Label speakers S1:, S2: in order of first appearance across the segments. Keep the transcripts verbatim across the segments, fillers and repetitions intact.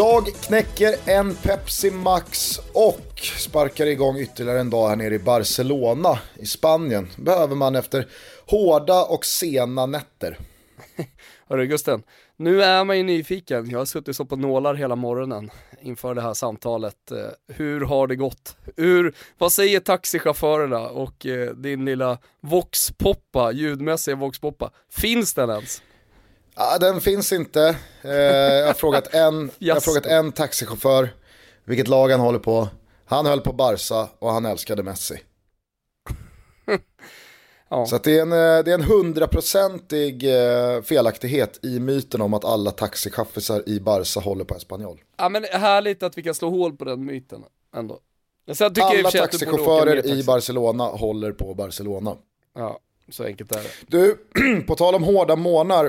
S1: Jag knäcker en Pepsi Max och sparkar igång ytterligare en dag här nere i Barcelona i Spanien. Behöver man efter hårda och sena nätter.
S2: Hörru Gusten, nu är man ju nyfiken. Jag har suttit så på nålar hela morgonen inför det här samtalet. Hur har det gått? Hur, vad säger taxichaufförerna och eh, din lilla voxpoppa, ljudmässiga voxpoppa? Finns den ens?
S1: Ja, den finns inte. Eh, jag har frågat en, jag har frågat en taxichaufför vilket lag han håller på. Han höll på Barca och han älskade Messi. Ja. Så att det är en, det är en hundraprocentig felaktighet i myten om att alla taxichaffisar i Barca håller på Espanyol.
S2: Ja, men härligt att vi kan slå hål på den myten ändå. Sen
S1: alla jag taxichaufförer i Barcelona håller på Barcelona.
S2: Ja, så enkelt är det.
S1: Du, på tal om hårda månader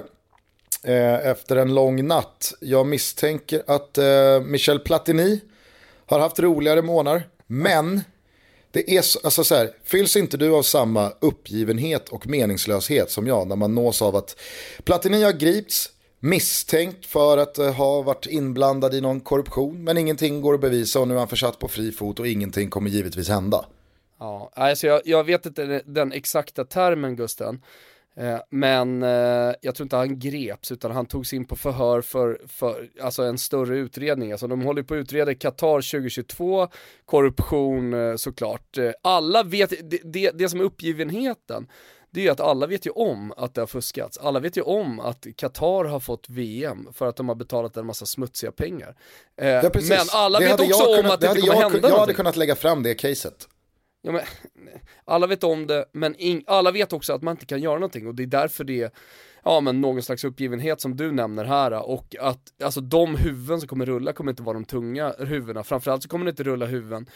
S1: eh, efter en lång natt. Jag misstänker att eh, Michel Platini har haft roligare månader, men det är så, alltså så här, fylls inte du av samma uppgivenhet och meningslöshet som jag när man nås av att Platini har gripits misstänkt för att uh, ha varit inblandad i någon korruption, men ingenting går att bevisa och nu är han försatt på fri fot och ingenting kommer givetvis hända.
S2: Ja, alltså jag, jag vet inte den exakta termen, Gusten. Eh, men eh, jag tror inte han greps, utan han togs in på förhör för, för alltså en större utredning. Alltså de håller på att utreda Qatar tjugohundratjugotvå, korruption eh, såklart. Eh, alla vet, det, det, det som är uppgivenheten, det är ju att alla vet ju om att det har fuskats. Alla vet ju om att Qatar har fått V M för att de har betalat en massa smutsiga pengar. Eh, ja, men alla det vet också om
S1: kunnat,
S2: att det,
S1: det
S2: inte kommer
S1: jag,
S2: hända
S1: Jag hade
S2: någonting.
S1: kunnat lägga fram det caset.
S2: Ja, men, alla vet om det, men in, alla vet också att man inte kan göra någonting, och det är därför det är ja, men någon slags uppgivenhet som du nämner här, och att alltså, de huvuden som kommer rulla kommer inte vara de tunga huvudena. Framförallt så kommer det inte rulla huvuden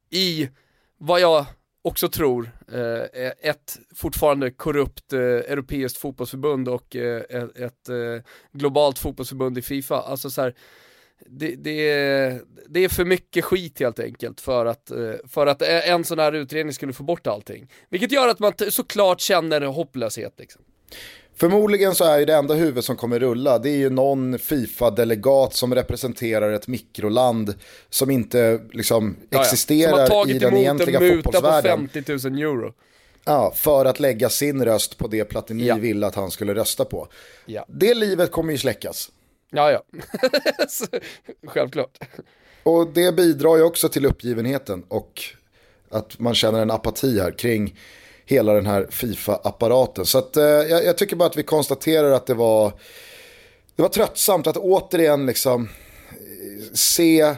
S2: i vad jag också tror eh, ett fortfarande korrupt eh, europeiskt fotbollsförbund och eh, ett, ett eh, globalt fotbollsförbund i FIFA. Alltså så här, Det, det, är, det är för mycket skit helt enkelt för att, för att en sån här utredning skulle få bort allting. Vilket gör att man t- såklart känner hopplöshet liksom.
S1: Förmodligen så är ju det enda huvud som kommer rulla, det är ju någon FIFA-delegat som representerar ett mikroland som inte liksom
S2: ja, ja.
S1: existerar i den egentliga fotbollsvärlden. Som har tagit emot en muta på
S2: femtio tusen euro.
S1: Ja, för att lägga sin röst på det Platini
S2: ja.
S1: ville att han skulle rösta på.
S2: Ja.
S1: Det livet kommer ju släckas.
S2: Ja, ja. Självklart.
S1: Och det bidrar ju också till uppgivenheten och att man känner en apati här kring hela den här FIFA-apparaten. Så att, eh, jag, jag tycker bara att vi konstaterar att det var, det var tröttsamt att återigen liksom se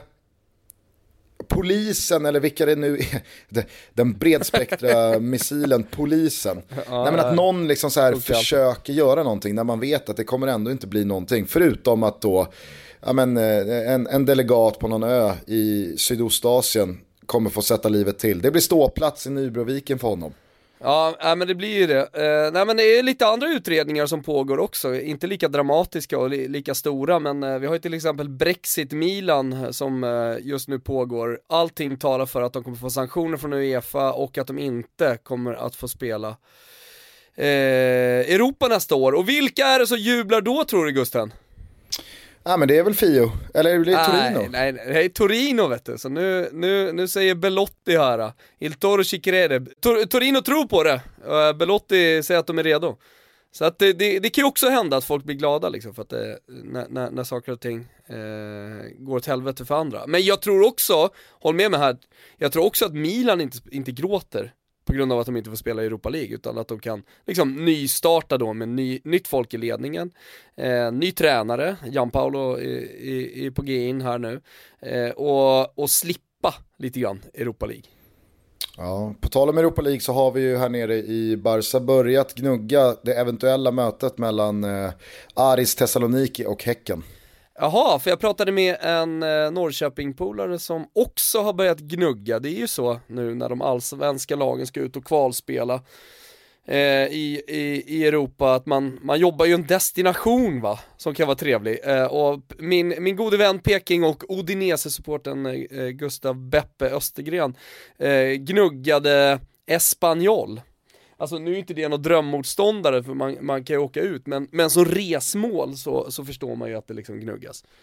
S1: polisen, eller vilka det nu är, den bredspektra missilen, polisen. Ja, nej, men att någon liksom så här försöker göra någonting när man vet att det kommer ändå inte bli någonting. Förutom att då ja, men, en, en delegat på någon ö i Sydostasien kommer få sätta livet till. Det blir ståplats i Nybroviken för honom.
S2: Ja, men det blir ju det. Eh, nej, men det är lite andra utredningar som pågår också. Inte lika dramatiska och li- lika stora, men eh, vi har ju till exempel Brexit-Milan som eh, just nu pågår. Allting talar för att de kommer få sanktioner från UEFA och att de inte kommer att få spela eh, Europa nästa år. Och vilka är det som jublar då, tror du, Gusten?
S1: Ja, men det är väl Fio, eller blir det Torino?
S2: Nej, nej, det är Torino, vet du. Så nu, nu, nu säger Belotti här, Il Toro ci crede. Tor, Torino tror på det. Uh, Belotti säger att de är redo. Så att det, det, det kan ju också hända att folk blir glada liksom, för att det, när, när, när saker och ting eh, går åt helvete för andra. Men jag tror också, håll med mig här, jag tror också att Milan inte, inte gråter på grund av att de inte får spela i Europa League, utan att de kan liksom nystarta då med ny, nytt folk i ledningen, eh, ny tränare, Gianpaolo är på G in här nu, eh, och, och slippa lite grann Europa League.
S1: Ja, på tal om Europa League så har vi ju här nere i Barca börjat gnugga det eventuella mötet mellan eh, Aris Thessaloniki och Häcken.
S2: Jaha, för jag pratade med en eh, Norrköping-polare som också har börjat gnugga. Det är ju så nu när de allsvenska lagen ska ut och kvalspela eh, i, i, i Europa, att man, man jobbar ju en destination, va, som kan vara trevlig. Eh, och min, min gode vän Peking och Udinese-supporten eh, Gustav Beppe Östergren eh, gnuggade Espanyol. Alltså nu är inte det någon drömmotståndare, för man, man kan ju åka ut, men, men som resmål så, så förstår man ju att det liksom gnuggas.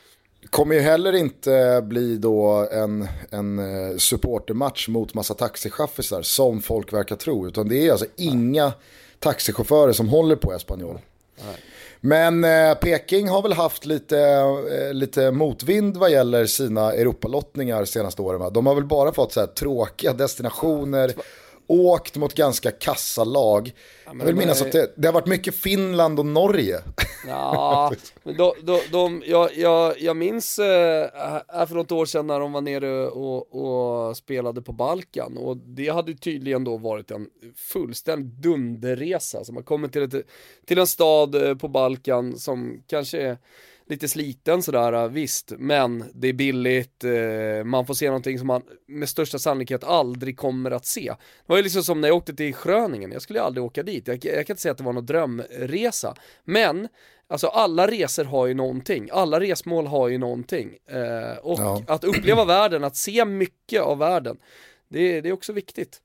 S1: kommer ju heller inte bli då en, en supportermatch mot massa taxichaffisar som folk verkar tro. Utan det är alltså Nej. inga taxichaufförer som håller på Espanyol. Nej. Men eh, Peking har väl haft lite, eh, lite motvind vad gäller sina Europalottningar senaste åren. Va? De har väl bara fått så här tråkiga destinationer, åkt mot ganska kassa lag. Ja, jag vill minnas att det, det har varit mycket Finland och Norge.
S2: Ja, men de, de, de, jag, jag, jag minns äh, för något år sedan när de var nere och, och spelade på Balkan, och det hade tydligen då varit en fullständig dunderresa. Så man kommer till, ett, till en stad på Balkan som kanske är lite sliten sådär, visst, men det är billigt, eh, man får se någonting som man med största sannolikhet aldrig kommer att se. Det var ju liksom som när jag åkte till Gröningen, jag skulle aldrig åka dit, jag, jag kan inte säga att det var någon drömresa, men alltså alla resor har ju någonting, alla resmål har ju någonting, eh, och ja. Att uppleva världen, att se mycket av världen, det, det är också viktigt.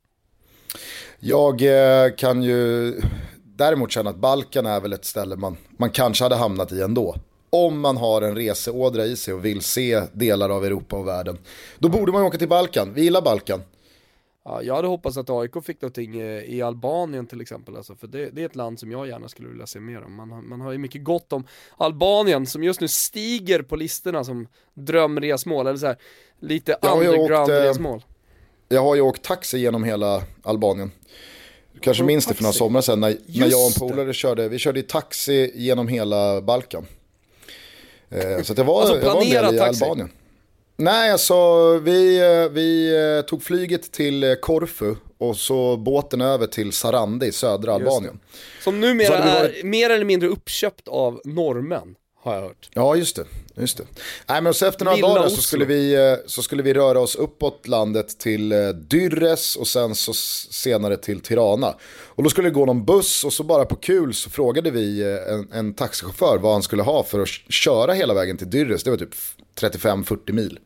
S1: Jag eh, kan ju däremot känna att Balkan är väl ett ställe man, man kanske hade hamnat i ändå. Om man har en reseådra i sig och vill se delar av Europa och världen, då borde man åka till Balkan. Vi gillar Balkan.
S2: Ja, jag hade hoppats att A I K fick någonting i Albanien till exempel. Alltså, för det, det är ett land som jag gärna skulle vilja se mer om. Man har, man har ju mycket gott om Albanien, som just nu stiger på listorna som drömresmål. Eller så här, lite underground-resmål.
S1: Jag har ju åkt taxi genom hela Albanien. Du kanske minns det för några somrar sedan när, när jag och en polare körde. Vi körde i taxi genom hela Balkan. Så det var,
S2: alltså
S1: planerat i taxi? Albanien. Nej, alltså vi, vi tog flyget till Korfu och så båten över till Sarandi i södra Albanien.
S2: Som numera är varit... mer eller mindre uppköpt av norrmän, har jag hört.
S1: Ja, just det. Just det. Nej, men så efter några Lilla dagar så skulle, vi, så skulle vi röra oss uppåt landet till Dyrres och sen så senare till Tirana. Och då skulle det gå någon buss, och så bara på kul så frågade vi en, en taxichaufför vad han skulle ha för att köra hela vägen till Dyrres. Det var typ trettiofem till fyrtio mil.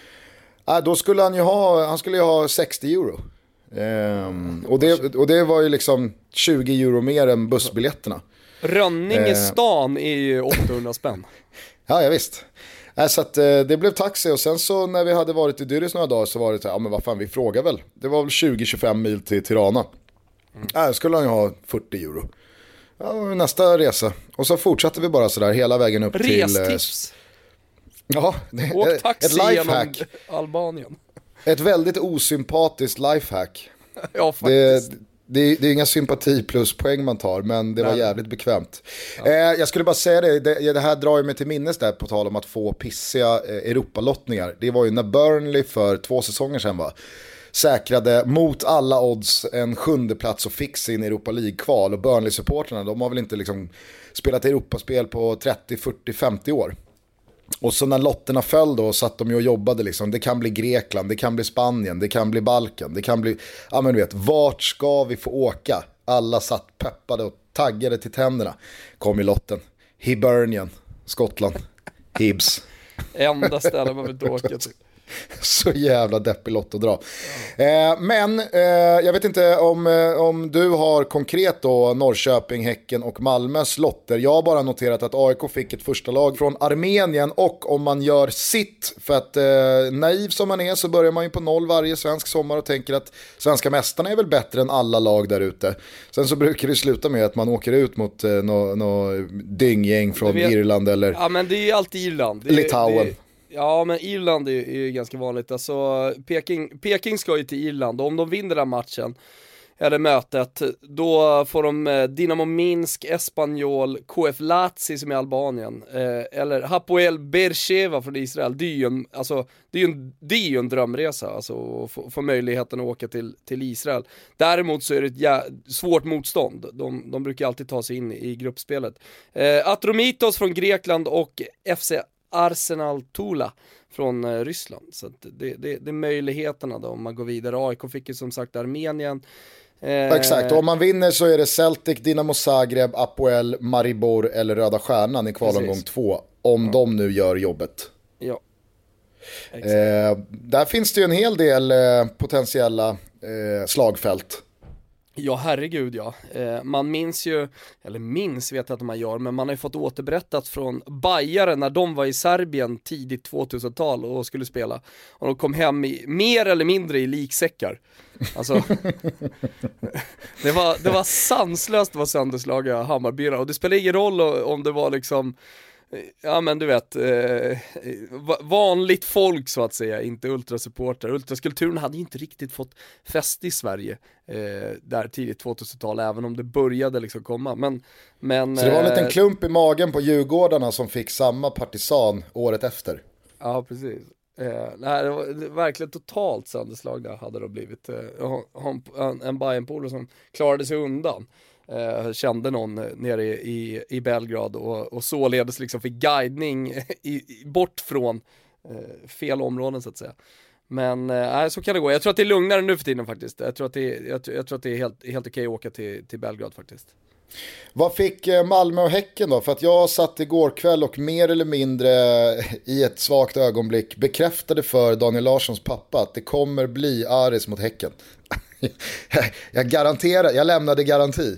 S1: Äh, då skulle han ju ha, han skulle ju ha sextio euro. Ehm, och, det, och det var ju liksom tjugo euro mer än bussbiljetterna.
S2: Rönning i stan är ju åttahundra spänn.
S1: Ja, ja visst. Äh, så att, eh, det blev taxi, och sen så när vi hade varit i Dyrres några dagar så var det så här, ja men vad fan, vi frågar väl. Det var väl tjugo till tjugofem mil till Tirana. Mm. Äh, skulle han ju ha fyrtio euro. Ja, nästa resa. Och så fortsatte vi bara sådär hela vägen upp
S2: Restips.
S1: till...
S2: Restips.
S1: Ja, det,
S2: åk taxi
S1: ett lifehack.
S2: Genom Albanien.
S1: Ett väldigt osympatiskt lifehack.
S2: Ja, faktiskt.
S1: Det, det, det är inga sympati plus poäng man tar, men det var Nej. jävligt bekvämt. Ja. Eh, jag skulle bara säga det, det, det här drar ju mig till minnes där på tal om att få pissiga eh, Europalottningar. Det var ju när Burnley för två säsonger sedan var säkrade mot alla odds en sjunde plats och fick sin Europa League-kval, och Burnley-supporterna, de har väl inte liksom spelat Europaspel på trettio, fyrtio, femtio år. Och så när lotterna föll då satt de ju och jobbade liksom. Det kan bli Grekland, det kan bli Spanien, det kan bli Balkan, det kan bli, ja men du vet, vart ska vi få åka? Alla satt peppade och taggade till tänderna. Kom i lotten. Hibernian, Skottland, Hibs.
S2: Enda stället man vill inte åka till.
S1: Så jävla deppig lott att dra. Ja. Eh, men eh, jag vet inte om, eh, om du har konkret då Norrköping, Häcken och Malmös lotter. Jag har bara noterat att A I K fick ett första lag från Armenien, och om man gör sitt, för att eh, naiv som man är så börjar man ju på noll varje svensk sommar och tänker att svenska mästarna är väl bättre än alla lag där ute. Sen så brukar det sluta med att man åker ut mot eh, något no dynggäng från vet, Irland eller
S2: ja, men det är ju alltid Irland. Det,
S1: Litauen.
S2: Det... Ja, men Irland är ju, är ju ganska vanligt. Alltså, Peking, Peking ska ju till Irland, och om de vinner den matchen, eller mötet, då får de eh, Dynamo Minsk, Espanyol, K F Lazio som är Albanien, eh, eller Hapoel Beersheva från Israel. Det är ju en, alltså, det är ju en, det är ju en drömresa, alltså, att få, få möjligheten att åka till, till Israel. Däremot så är det ett jä- svårt motstånd. De, de brukar alltid ta sig in i gruppspelet. Eh, Atromitos från Grekland och F C Arsenal Tula från eh, Ryssland. Så att det, det, det är möjligheterna då om man går vidare. A I K fick ju som sagt Armenien.
S1: Eh... Exakt, och om man vinner så är det Celtic, Dinamo Zagreb, Apoel, Maribor eller Röda Stjärnan i kvalomgång två. Om ja. de nu gör jobbet.
S2: Ja.
S1: Eh, där finns det ju en hel del eh, potentiella eh, slagfält.
S2: Ja, herregud ja. Eh, man minns ju, eller minns vet jag att man gör, men man har ju fått återberättat från Bajare när de var i Serbien tidigt tvåtusental och skulle spela. Och de kom hem i, mer eller mindre i liksäckar. Alltså, det var, det var sanslöst vad sönderslaga Hammarbyarna. Och det spelar ingen roll om det var liksom, ja men du vet, eh, vanligt folk så att säga, inte ultrasupporter. Ultraskulturen hade ju inte riktigt fått fäste i Sverige eh, där tidigt tvåtusental, även om det började liksom komma. Men, men,
S1: så det var en liten
S2: eh,
S1: klump i magen på Djurgårdarna som fick samma partisan året efter.
S2: Ja, precis. Eh, nej, det var det var verkligen totalt sönderslagna hade det blivit. Eh, en en Bayern-polare som klarade sig undan. Eh, kände någon nere i, i, i Belgrad och, och således liksom fick guidning i, i, bort från eh, fel områden så att säga. Men eh, så kan det gå. Jag tror att det är lugnare nu för tiden faktiskt. Jag tror att det är, jag, jag tror att det är helt, helt okej att åka till, till Belgrad faktiskt.
S1: Vad fick Malmö och Häcken då? För att jag satt igår kväll och mer eller mindre i ett svagt ögonblick bekräftade för Daniel Larssons pappa att det kommer bli Aris mot Häcken. Jag garanterar, jag lämnade garanti.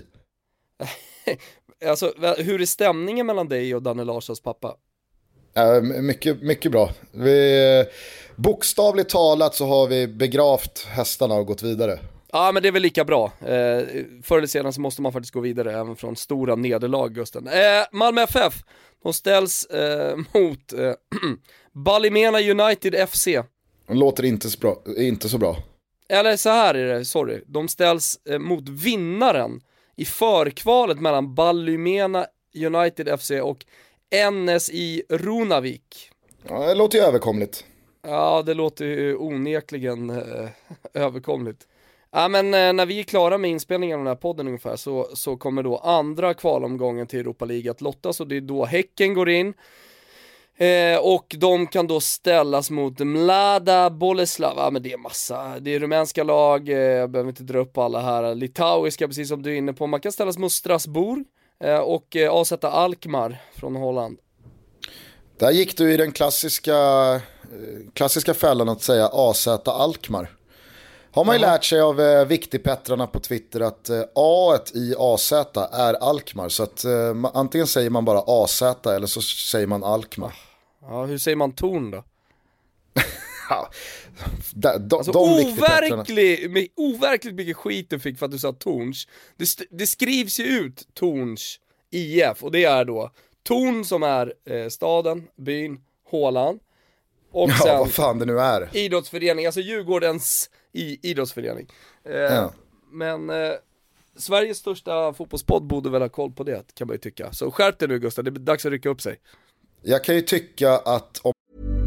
S2: Alltså, hur är stämningen mellan dig och Daniel Larssons pappa?
S1: Äh, mycket, mycket bra. Vi, bokstavligt talat så har vi begravt hästarna och gått vidare.
S2: Ja, men det är väl lika bra. Eh, förr eller senare så måste man faktiskt gå vidare även från stora nederlag, Gusten. Eh, Malmö F F, de ställs eh, mot eh, Ballymena United F C.
S1: Det låter inte så bra. Inte så bra.
S2: Eller så här är det, sorry. De ställs eh, mot vinnaren i förkvalet mellan Ballymena United F C och N S I Runavik.
S1: Ja, det låter ju överkomligt.
S2: Ja, det låter ju onekligen eh, överkomligt. Ja, men eh, när vi är klara med inspelningen av den här podden ungefär så, så kommer då andra kvalomgången till Europa League att lottas, och det är då Häcken går in. Eh, och de kan då ställas mot Mlada Boleslav. Ja, men det är massa, det är rumänska lag, eh, jag behöver inte dra upp alla här, litauiska precis som du är inne på. Man kan ställas mot Strasbourg eh, och eh, avsätta Alkmaar från Holland.
S1: Där gick du i den klassiska, klassiska fällan att säga A Z Alkmaar. Har man ju lärt sig av eh, Viktigpettrarna på Twitter att eh, A i A Z är Alkmaar. Så att eh, man, antingen säger man bara A Z eller så säger man Alkmaar.
S2: Ja, hur säger man Torn då?
S1: Ja, de, de,
S2: alltså,
S1: de
S2: overklig, overkligt mycket skit du fick för att du sa Torns. Det, det skrivs ju ut Torns I F, och det är då Torn som är eh, staden, byn, hålan. Och
S1: ja,
S2: sen
S1: vad fan det nu är.
S2: Idrottsförening, alltså Djurgårdens i, idrottsförening. Eh,
S1: ja.
S2: Men eh, Sveriges största fotbollspodd borde väl ha koll på det, kan man ju tycka. Så skärp dig nu, Gustav, det är dags att rycka upp sig.
S1: Jag kan ju tycka att om...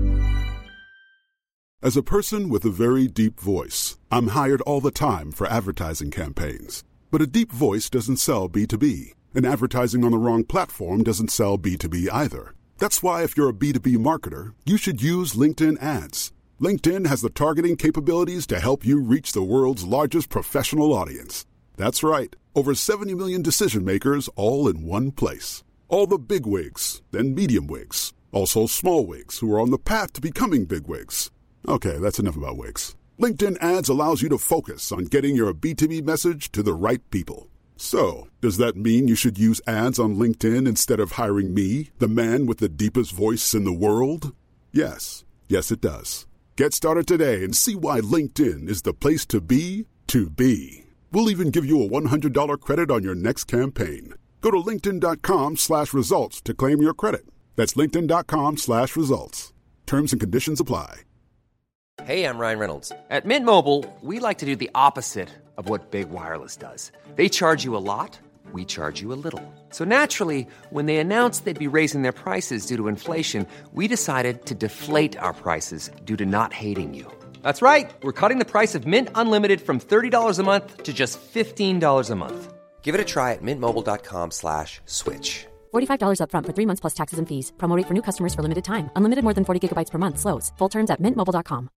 S3: As a person with a very deep voice, I'm hired all the time for advertising campaigns. But a deep voice doesn't sell B two B. And advertising on the wrong platform doesn't sell B two B either. That's why if you're a B two B marketer, you should use LinkedIn ads. LinkedIn has the targeting capabilities to help you reach the world's largest professional audience. That's right, over seventy million decision makers all in one place. All the big wigs, then medium wigs, also small wigs who are on the path to becoming big wigs. Okay, that's enough about wigs. LinkedIn ads allows you to focus on getting your B two B message to the right people. So, does that mean you should use ads on LinkedIn instead of hiring me, the man with the deepest voice in the world? Yes. Yes, it does. Get started today and see why LinkedIn is the place to be to be. We'll even give you a one hundred dollars credit on your next campaign. Go to linkedin.com slash results to claim your credit. That's linkedin.com slash results. Terms and conditions apply.
S4: Hey, I'm Ryan Reynolds. At Mint Mobile, we like to do the opposite of what Big Wireless does. They charge you a lot, we charge you a little. So naturally, when they announced they'd be raising their prices due to inflation, we decided to deflate our prices due to not hating you. That's right. We're cutting the price of Mint Unlimited from thirty dollars a month to just fifteen dollars a month. Give it a try at mintmobile.com slash switch.
S5: forty-five dollars up front for three months plus taxes and fees. Promo rate for new customers for limited time. Unlimited more than forty gigabytes per month. Slows full terms at mint mobile dot com.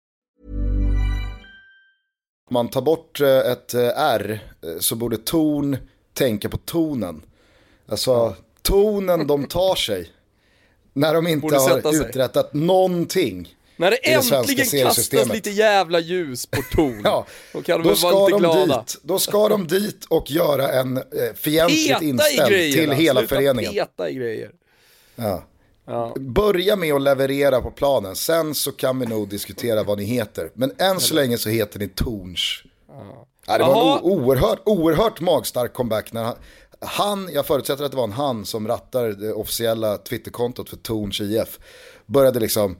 S1: Man tar bort ett R så borde ton tänka på tonen. Alltså tonen de tar sig när de inte har uträttat någonting.
S2: När det,
S1: i det svenska
S2: äntligen
S1: seriesystemet.
S2: kastas lite jävla ljus på Torn,
S1: ja,
S2: då kan de
S1: då
S2: väl vara lite
S1: de
S2: glada.
S1: Dit, då ska de dit och göra en eh, fientligt
S2: Peta
S1: inställd
S2: grejerna,
S1: till hela
S2: sluta
S1: föreningen.
S2: Peta i grejer.
S1: Ja.
S2: Ja.
S1: Börja med att leverera på planen, sen så kan vi nog diskutera vad ni heter. Men än så länge så heter ni Torns. Ja. Ja, det var en o- oerhört, oerhört magstark comeback när han, han, jag förutsätter att det var en han som rattar det officiella Twitterkontot för Torns I F, började liksom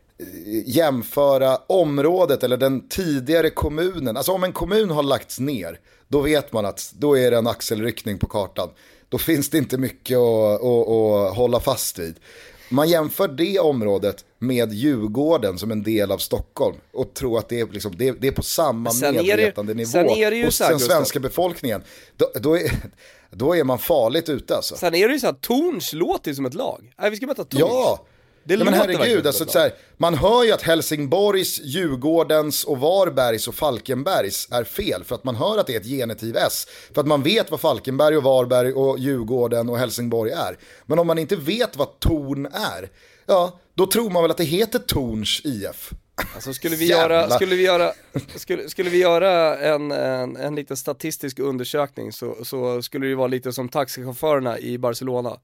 S1: jämföra området eller den tidigare kommunen. Alltså om en kommun har lagts ner, då vet man att då är det en axelryckning på kartan. Då finns det inte mycket att, att, att hålla fast vid. Man jämför det området med Djurgården som en del av Stockholm och tror att det är, liksom, det är, det är på samma medvetande nivå hos den svenska befolkningen. Då, då, är, då är man farligt ute alltså.
S2: Sen är det ju så här, Torns låter som ett lag. Nej, vi ska möta Torns.
S1: Ja, det men herregud, alltså, så här, man hör ju att Helsingborgs, Djurgårdens och Varbergs och Falkenbergs är fel för att man hör att det är ett genitiv S. För att man vet vad Falkenberg och Varberg och Djurgården och Helsingborg är. Men om man inte vet vad Torn är, ja, då tror man väl att det heter Torns I F.
S2: Alltså skulle vi göra, skulle vi göra, skulle, skulle vi göra en, en, en liten statistisk undersökning så, så skulle det vara lite som taxichaufförerna i Barcelona.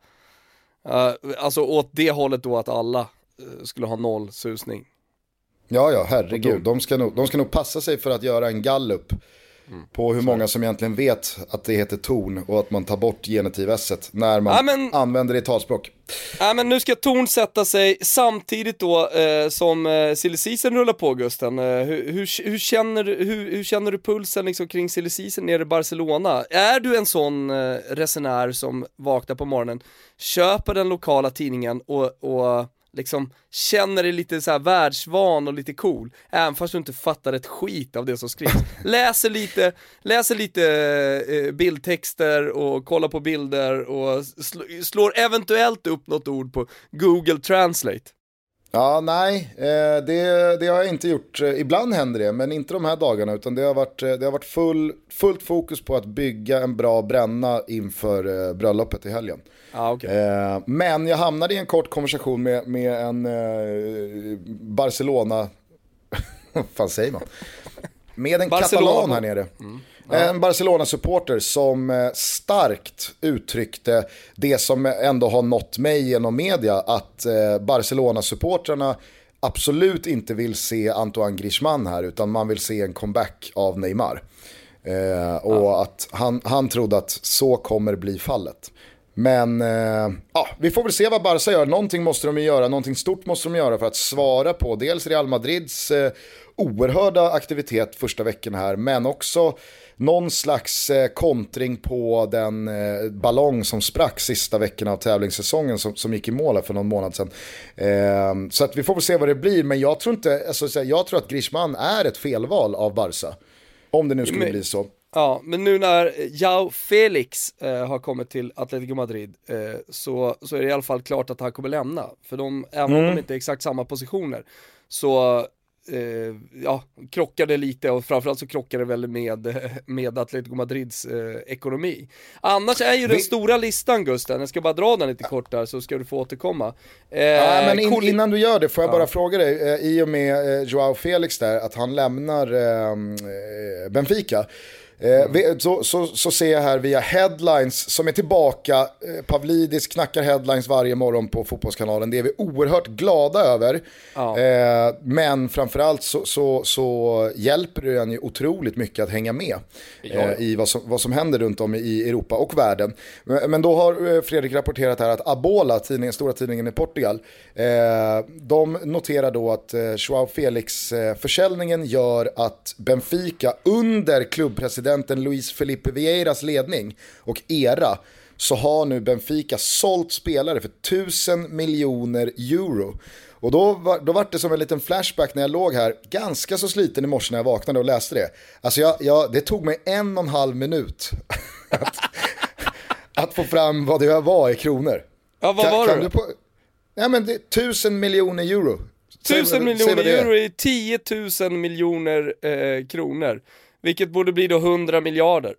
S2: Uh, alltså åt det hållet då att alla uh, skulle ha noll susning.
S1: Ja, ja, herregud. De ska, nog, de ska nog passa sig för att göra en gallup mm. på hur många som egentligen vet att det heter Torn och att man tar bort genitiv-esset när man ja, men, använder det i talspråk.
S2: Ja, men nu ska Torn sätta sig samtidigt då eh, som eh, silly season rullar på, Gusten. Eh, hur, hur, hur, känner, hur, hur känner du pulsen liksom, kring silly season nere i Barcelona? Är du en sån eh, resenär som vaknar på morgonen, köper den lokala tidningen och, och liksom känner dig lite så här världsvan och lite cool, även fast du inte fattar ett skit av det som skrivs. Läser lite, läser lite eh, bildtexter och kollar på bilder och sl- slår eventuellt upp något ord på Google Translate.
S1: Ja, nej, eh, det, det har jag inte gjort. Ibland händer det, men inte de här dagarna, utan det har varit, det har varit full, fullt fokus på att bygga en bra bränna inför eh, bröllopet i helgen.
S2: Ah, okay.
S1: eh, men jag hamnade i en kort konversation med, med en eh, Barcelona, vad fan säger man? Med en
S2: Barcelona.
S1: katalan här nere. Mm. Ja. En Barcelona-supporter som starkt uttryckte det som ändå har nått mig genom media, att Barcelona-supportrarna absolut inte vill se Antoine Griezmann här, utan man vill se en comeback av Neymar. Eh, och ja. att han, han trodde att så kommer bli fallet. Men eh, ja, vi får väl se vad Barca gör. Någonting måste de ju göra, någonting stort måste de göra för att svara på dels Real Madrids eh, oerhörda aktivitet första veckan här, men också någon slags eh, kontring på den eh, ballong som sprack sista veckan av tävlingssäsongen som, som gick i mål här för någon månad sedan. Eh, så att vi får väl se vad det blir, men jag tror inte, alltså, jag tror att Griezmann är ett felval av Barca, om det nu skulle men... bli så.
S2: Ja, men nu när Joao Felix eh, har kommit till Atletico Madrid eh, så, så är det i alla fall klart att han kommer lämna. För de, även om mm. de inte är exakt samma positioner, så eh, ja, krockar det lite, och framförallt så krockar det väl med, med Atletico Madrids eh, ekonomi. Annars är ju den Vi... stora listan, Gusten, jag ska bara dra den lite kort där så ska du få återkomma. Eh,
S1: ja, men in, Col- innan du gör det får jag ja. bara fråga dig, eh, i och med eh, Joao Felix där, att han lämnar eh, Benfica. Eh, så, så, så ser jag här via Headlines som är tillbaka, eh, Pavlidis knackar Headlines varje morgon på Fotbollskanalen, det är vi oerhört glada över. Ja. eh, men framförallt så, så, så hjälper det ju otroligt mycket att hänga med eh, i vad som, vad som händer runt om i Europa och världen. Men, men då har Fredrik rapporterat här att Abola, tidningen, stora tidningen i Portugal, eh, de noterar då att eh, Joao Felix eh, försäljningen gör att Benfica under klubbpresidenten Luis Felipe Vieiras ledning och era, så har nu Benfica sålt spelare för tusen miljoner euro. Och då var, då var det som en liten flashback när jag låg här ganska så sliten i morse när jag vaknade och läste det. Alltså jag, jag, det tog mig en och en halv minut att, att få fram vad det var i kronor.
S2: Ja, vad kan, var
S1: kan
S2: det?
S1: Du på, ja, men det, tusen miljoner euro.
S2: Tusen miljoner euro är tiotusen miljoner eh, kronor. Vilket borde bli då hundra miljarder.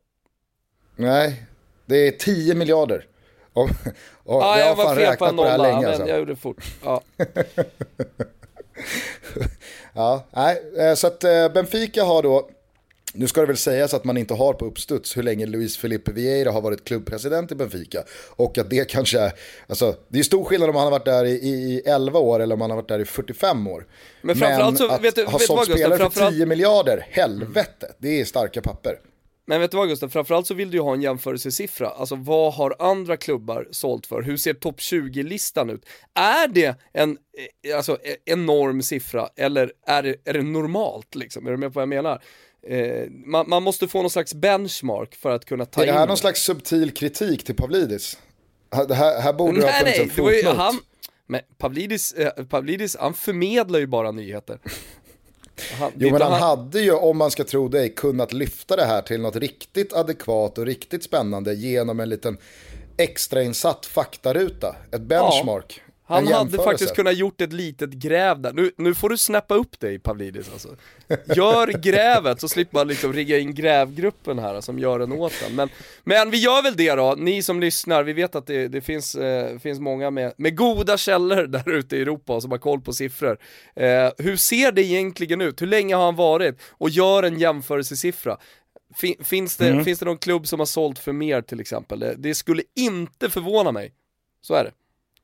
S1: Nej, det är tio miljarder. Och, och
S2: ja,
S1: jag
S2: har
S1: fan räknat på det här länge.
S2: Men
S1: alltså.
S2: jag gjorde det fort. Ja.
S1: Ja, nej, så att Benfica har då, nu ska det väl sägas att man inte har på uppstuds hur länge Luis Felipe Vieira har varit klubbpresident i Benfica. Och att det kanske är, alltså det är stor skillnad om han har varit där i, i elva år eller om han har varit där i fyrtiofem år. Men framförallt så,
S2: att
S1: vet du, ha
S2: vet
S1: sålt
S2: vad,
S1: spelare
S2: Gustav,
S1: för tio miljarder, helvete, det är starka papper.
S2: Men vet du vad Gustav, framförallt så vill du ju ha en jämförelsesiffra. Alltså vad har andra klubbar sålt för? Hur ser topp tjugo-listan ut? Är det en alltså, enorm siffra eller är det, är det normalt liksom? Är du med på vad jag menar? Eh, man, man måste få någon slags benchmark för att kunna ta in.
S1: Är det här in någon slags subtil kritik till Pavlidis? Det här, här borde nej, ha funnits en fotnot.
S2: Nej, han, men Pavlidis, eh, Pavlidis, han förmedlar ju bara nyheter. Han,
S1: jo men han, han hade ju, om man ska tro dig, kunnat lyfta det här till något riktigt adekvat och riktigt spännande genom en liten extrainsatt faktaruta, ett benchmark.
S2: Ja, han hade faktiskt kunnat gjort ett litet gräv där. Nu, nu får du snappa upp dig, Pavlidis alltså. Gör grävet så slipper man liksom rigga in grävgruppen här som gör den åt den. Men, men vi gör väl det då, ni som lyssnar, vi vet att det, det finns, eh, finns många med, med goda källor där ute i Europa som har koll på siffror. Eh, hur ser det egentligen ut? Hur länge har han varit? Och gör en jämförelsesiffra. Finns det, mm. finns det någon klubb som har sålt för mer till exempel? Det, det skulle inte förvåna mig. Så är det.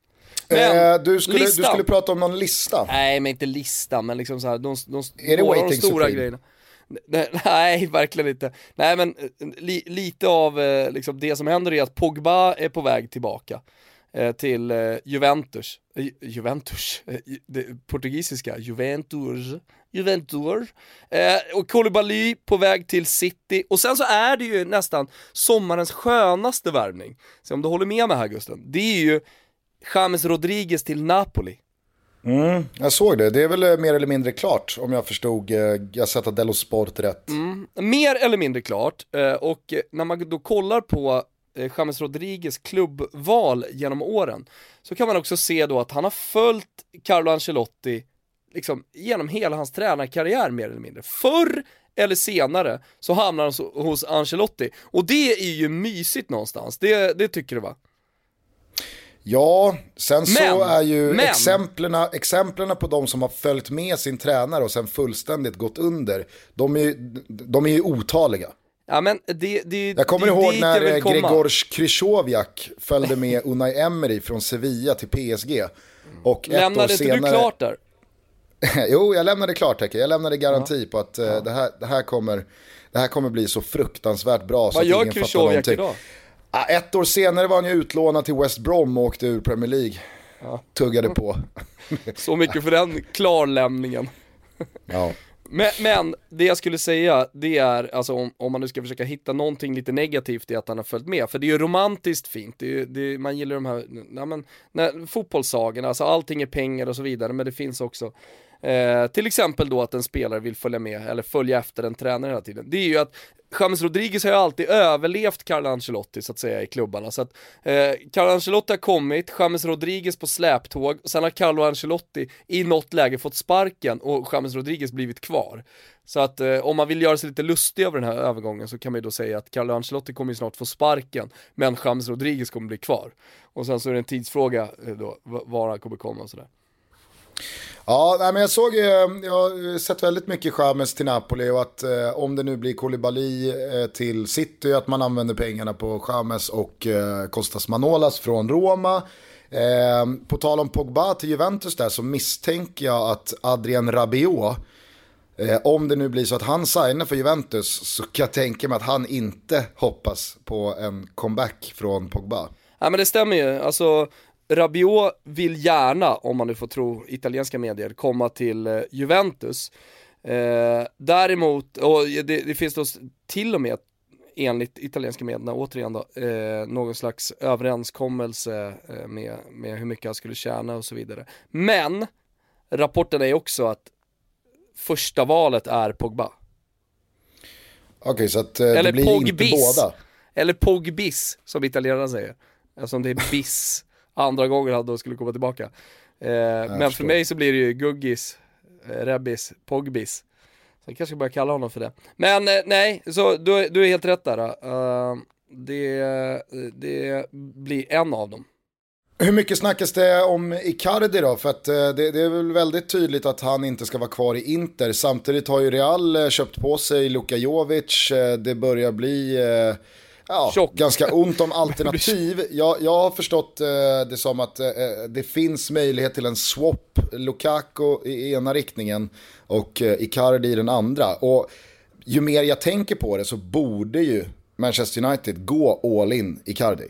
S1: Men, eh, du, skulle, du skulle prata om någon lista.
S2: Nej, men inte lista, men liksom så här, de, de,
S1: är det
S2: några
S1: de
S2: stora
S1: Supreme?
S2: Grejerna. Nej, verkligen inte. Nej, men li, lite av eh, liksom det som händer är att Pogba är på väg tillbaka eh, till eh, Juventus. Eh, Juventus, eh, det portugisiska Juventus. Juventus. Eh, och Koulibaly på väg till City. Och sen så är det ju nästan sommarens skönaste värvning. Så om du håller med mig här, Gusten, det är ju James Rodriguez till Napoli.
S1: Mm, jag såg det. Det är väl mer eller mindre klart om jag förstod eh, Gazzetta dello Sport rätt.
S2: Mm, mer eller mindre klart. Eh, och när man då kollar på eh, James Rodriguez klubbval genom åren så kan man också se då att han har följt Carlo Ancelotti liksom genom hela hans tränarkarriär mer eller mindre. Förr eller senare så hamnar han hos Ancelotti. Och det är ju mysigt någonstans. Det, det tycker du, va?
S1: Ja, sen men, så är ju
S2: men,
S1: exemplerna, exemplerna på de som har följt med sin tränare och sen fullständigt gått under, de är, de är ju otaliga.
S2: Ja, men det, det,
S1: jag kommer
S2: det,
S1: ihåg
S2: det
S1: när Gregors Krychowiak följde med Unai Emery från Sevilla till P S G. Och
S2: lämnade inte senare... du klart där?
S1: Jo, jag lämnade klart, Hecke. Jag lämnade garanti ja. på att uh, ja. det, här, det, här kommer, det här kommer bli så fruktansvärt bra.
S2: Vad
S1: så att
S2: gör
S1: ingen
S2: Krychowiak idag?
S1: Ah, ett år senare var han ju utlånad till West Brom och åkte ur Premier League. Ja. Tuggade på.
S2: Så mycket för den klarlämningen.
S1: Ja.
S2: Men, men det jag skulle säga, det är, alltså om, om man nu ska försöka hitta någonting lite negativt i att han har följt med, för det är ju romantiskt fint, det är ju, det är, man gillar de här, ja, men, när, fotbollssagerna, alltså allting är pengar och så vidare, men det finns också eh, till exempel då att en spelare vill följa med eller följa efter en tränare hela tiden. Det är ju att James Rodriguez har ju alltid överlevt Carlo Ancelotti så att säga i klubbarna, så att eh, Carlo Ancelotti har kommit, James Rodriguez på släptåg, och sen har Carlo Ancelotti i något läge fått sparken och James Rodriguez blivit kvar. Så att eh, om man vill göra sig lite lustig över den här övergången så kan man ju då säga att Carlo Ancelotti kommer ju snart få sparken, men James Rodriguez kommer bli kvar. Och sen så är det en tidsfråga eh, då, var han kommer komma och sådär.
S1: Ja, nej, men jag såg, jag har sett väldigt mycket James till Napoli och att eh, om det nu blir Koulibaly eh, till City, att man använder pengarna på James och eh, Kostas Manolas från Roma. Eh, på tal om Pogba till Juventus där, så misstänker jag att Adrien Rabiot, eh, om det nu blir så att han signar för Juventus, så kan jag tänka mig att han inte hoppas på en comeback från Pogba.
S2: Ja, men det stämmer ju, alltså Rabiot vill gärna, om man nu får tro italienska medier, komma till eh, Juventus. Eh, däremot, och det, det finns då till och med enligt italienska medierna, återigen då, eh, någon slags överenskommelse eh, med, med hur mycket han skulle tjäna och så vidare. Men rapporten är också att första valet är Pogba.
S1: Okej, okay, så att eh, det blir Pogbis, inte båda.
S2: Eller Pogbis, som italienarna säger. Eftersom det är bis. Andra gången han då skulle komma tillbaka. Eh, men förstår. För mig så blir det ju Guggis, eh, Rebbis, Pogbis. Så jag kanske ska börja kalla honom för det. Men eh, nej, så du, du är helt rätt där. Uh, det, det blir en av dem.
S1: Hur mycket snackas det om Icardi då? För att det, det är väl väldigt tydligt att han inte ska vara kvar i Inter. Samtidigt har ju Real köpt på sig Luka Jovic. Det börjar bli ja, ganska ont om alternativ. Jag, jag har förstått det som att det finns möjlighet till en swap. Lukaku i ena riktningen och Icardi i den andra. Och ju mer jag tänker på det så borde ju Manchester United gå all in Icardi.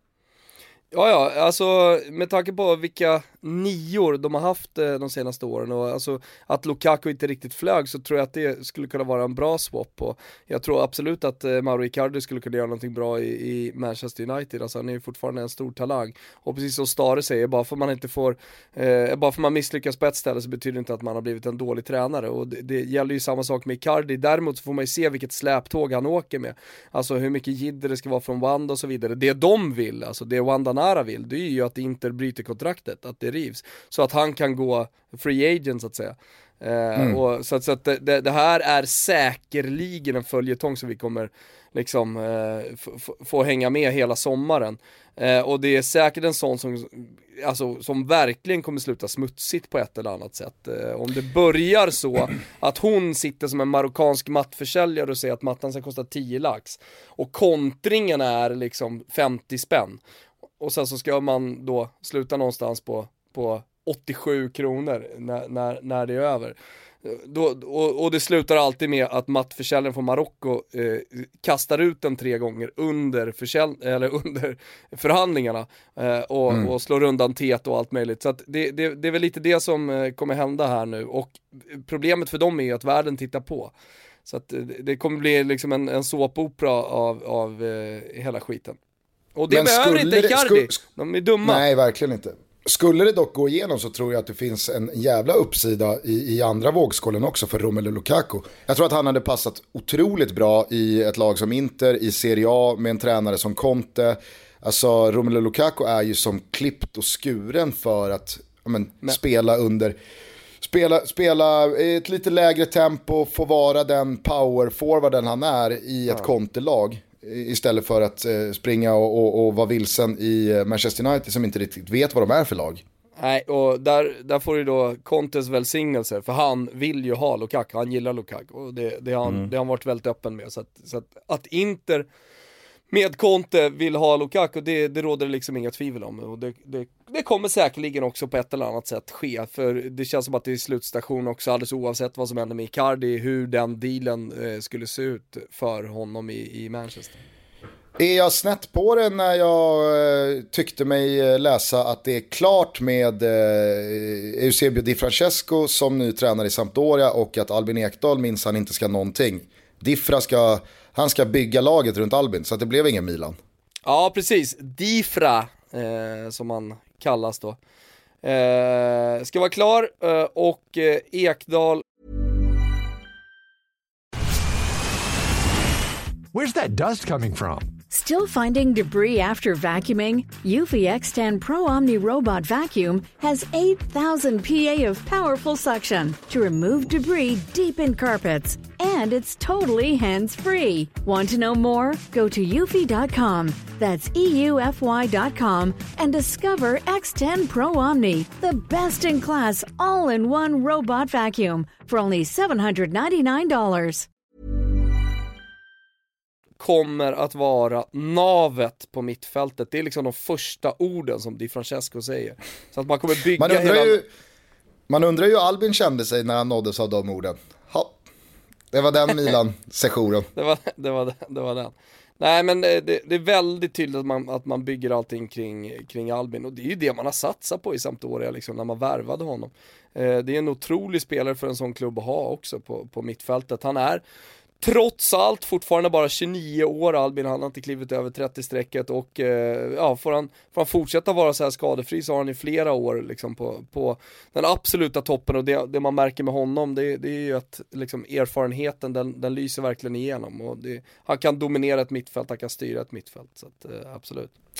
S2: Ja, ja, alltså med tanke på vilka nior de har haft eh, de senaste åren och alltså att Lukaku inte riktigt flög, så tror jag att det skulle kunna vara en bra swap. Och jag tror absolut att eh, Mauro Icardi skulle kunna göra någonting bra i, i Manchester United. Alltså han är ju fortfarande en stor talang. Och precis som Stare säger, bara för man inte får eh, bara för man misslyckas på ett ställe så betyder det inte att man har blivit en dålig tränare. Och det, det gäller ju samma sak med Icardi. Däremot så får man ju se vilket släptåg han åker med. Alltså hur mycket jidder det ska vara från Wanda och så vidare. Det de vill, alltså det Wanda Nara vill, det är ju att Inter bryter kontraktet, att det rivs, så att han kan gå free agent så att säga. Mm. Eh, och så att, så att det, det här är säkerligen en följetong som vi kommer liksom eh, f- f- få hänga med hela sommaren. Eh, och det är säkert en sån som, alltså, som verkligen kommer sluta smutsigt på ett eller annat sätt. Eh, om det börjar så att hon sitter som en marockansk mattförsäljare och säger att mattan ska kosta tio lax och kontringen är liksom femtio spänn. Och sen så ska man då sluta någonstans på, på åttiosju kronor när, när, när det är över. Då, och, och det slutar alltid med att mattförsäljaren från Marocko eh, kastar ut den tre gånger under, försäl- eller under förhandlingarna eh, och, mm. och slår undan tet och allt möjligt. Så att det, det, det är väl lite det som eh, kommer hända här nu. Och problemet för dem är ju att världen tittar på. Så att det, det kommer bli liksom en, en såpopera av, av eh, hela skiten. Och det men behöver inte Icardi, de är dumma.
S1: Nej, verkligen inte. Skulle det dock gå igenom så tror jag att det finns en jävla uppsida i, i andra vågskålen också för Romelu Lukaku. Jag tror att han hade passat otroligt bra i ett lag som Inter, i Serie A med en tränare som Conte. Alltså Romelu Lukaku är ju som klippt och skuren för att ja, men, men. spela under... Spela, spela i ett lite lägre tempo, få vara den power-forwarden han är i ett ja. Conte-lag. Istället för att eh, springa och, och, och vara vilsen i Manchester United som inte riktigt vet vad de är för lag.
S2: Nej, och där, där får du då Contes välsignelser, för han vill ju ha Lukaku, han gillar Lukaku och det, det, har, mm. det har han varit väldigt öppen med. Så att, så att, att Inter med Conte vill ha Lukaku, det, det råder liksom inga tvivel om. Och det, det, det kommer säkerligen också på ett eller annat sätt ske, för det känns som att det är slutstation också, alldeles oavsett vad som händer med Icardi, hur den dealen eh, skulle se ut för honom i, i Manchester.
S1: Är jag snett på det när jag eh, tyckte mig läsa att det är klart med eh, Eusebio Di Francesco som ny tränare i Sampdoria och att Albin Ekdal minns han inte ska någonting. Difra ska, han ska bygga laget runt Albin, så att det blev ingen Milan.
S2: Ja, precis. Difra, eh, som man kallas då. Eh, ska vara klar eh, och eh, Ekdal.
S6: Where's that dust coming from?
S7: Still finding debris after vacuuming? Eufy X ten Pro Omni Robot Vacuum has eight thousand P A of powerful suction to remove debris deep in carpets. And it's totally hands-free. Want to know more? Go to eufy dot com. That's E U F Y dot com and discover X ten Pro Omni, the best-in-class all-in-one robot vacuum for only seven hundred ninety-nine dollars.
S2: Kommer att vara navet på mittfältet. Det är liksom de första orden som Di Francesco säger. Så att man kommer bygga
S1: man undrar
S2: hela...
S1: ju, man undrar ju Albin kände sig när han nåddes av de orden. Ha. Det var den Milan-sessionen.
S2: det, var, det, var, det var den. Nej, men det, det är väldigt tydligt att man, att man bygger allting kring, kring Albin. Och det är ju det man har satsat på i Sampdoria liksom, när man värvade honom. Eh, det är en otrolig spelare för en sån klubb att ha också på, på mittfältet. Han är trots allt fortfarande bara tjugonio år, Albin. Han har inte klivit över trettio-strecket och eh, ja, får han, får han fortsätta vara så här skadefri så har han i flera år liksom på, på den absoluta toppen. Och det, det man märker med honom det, det är ju att liksom, erfarenheten den, den lyser verkligen igenom och det, han kan dominera ett mittfält, han kan styra ett mittfält, så att, eh, absolut.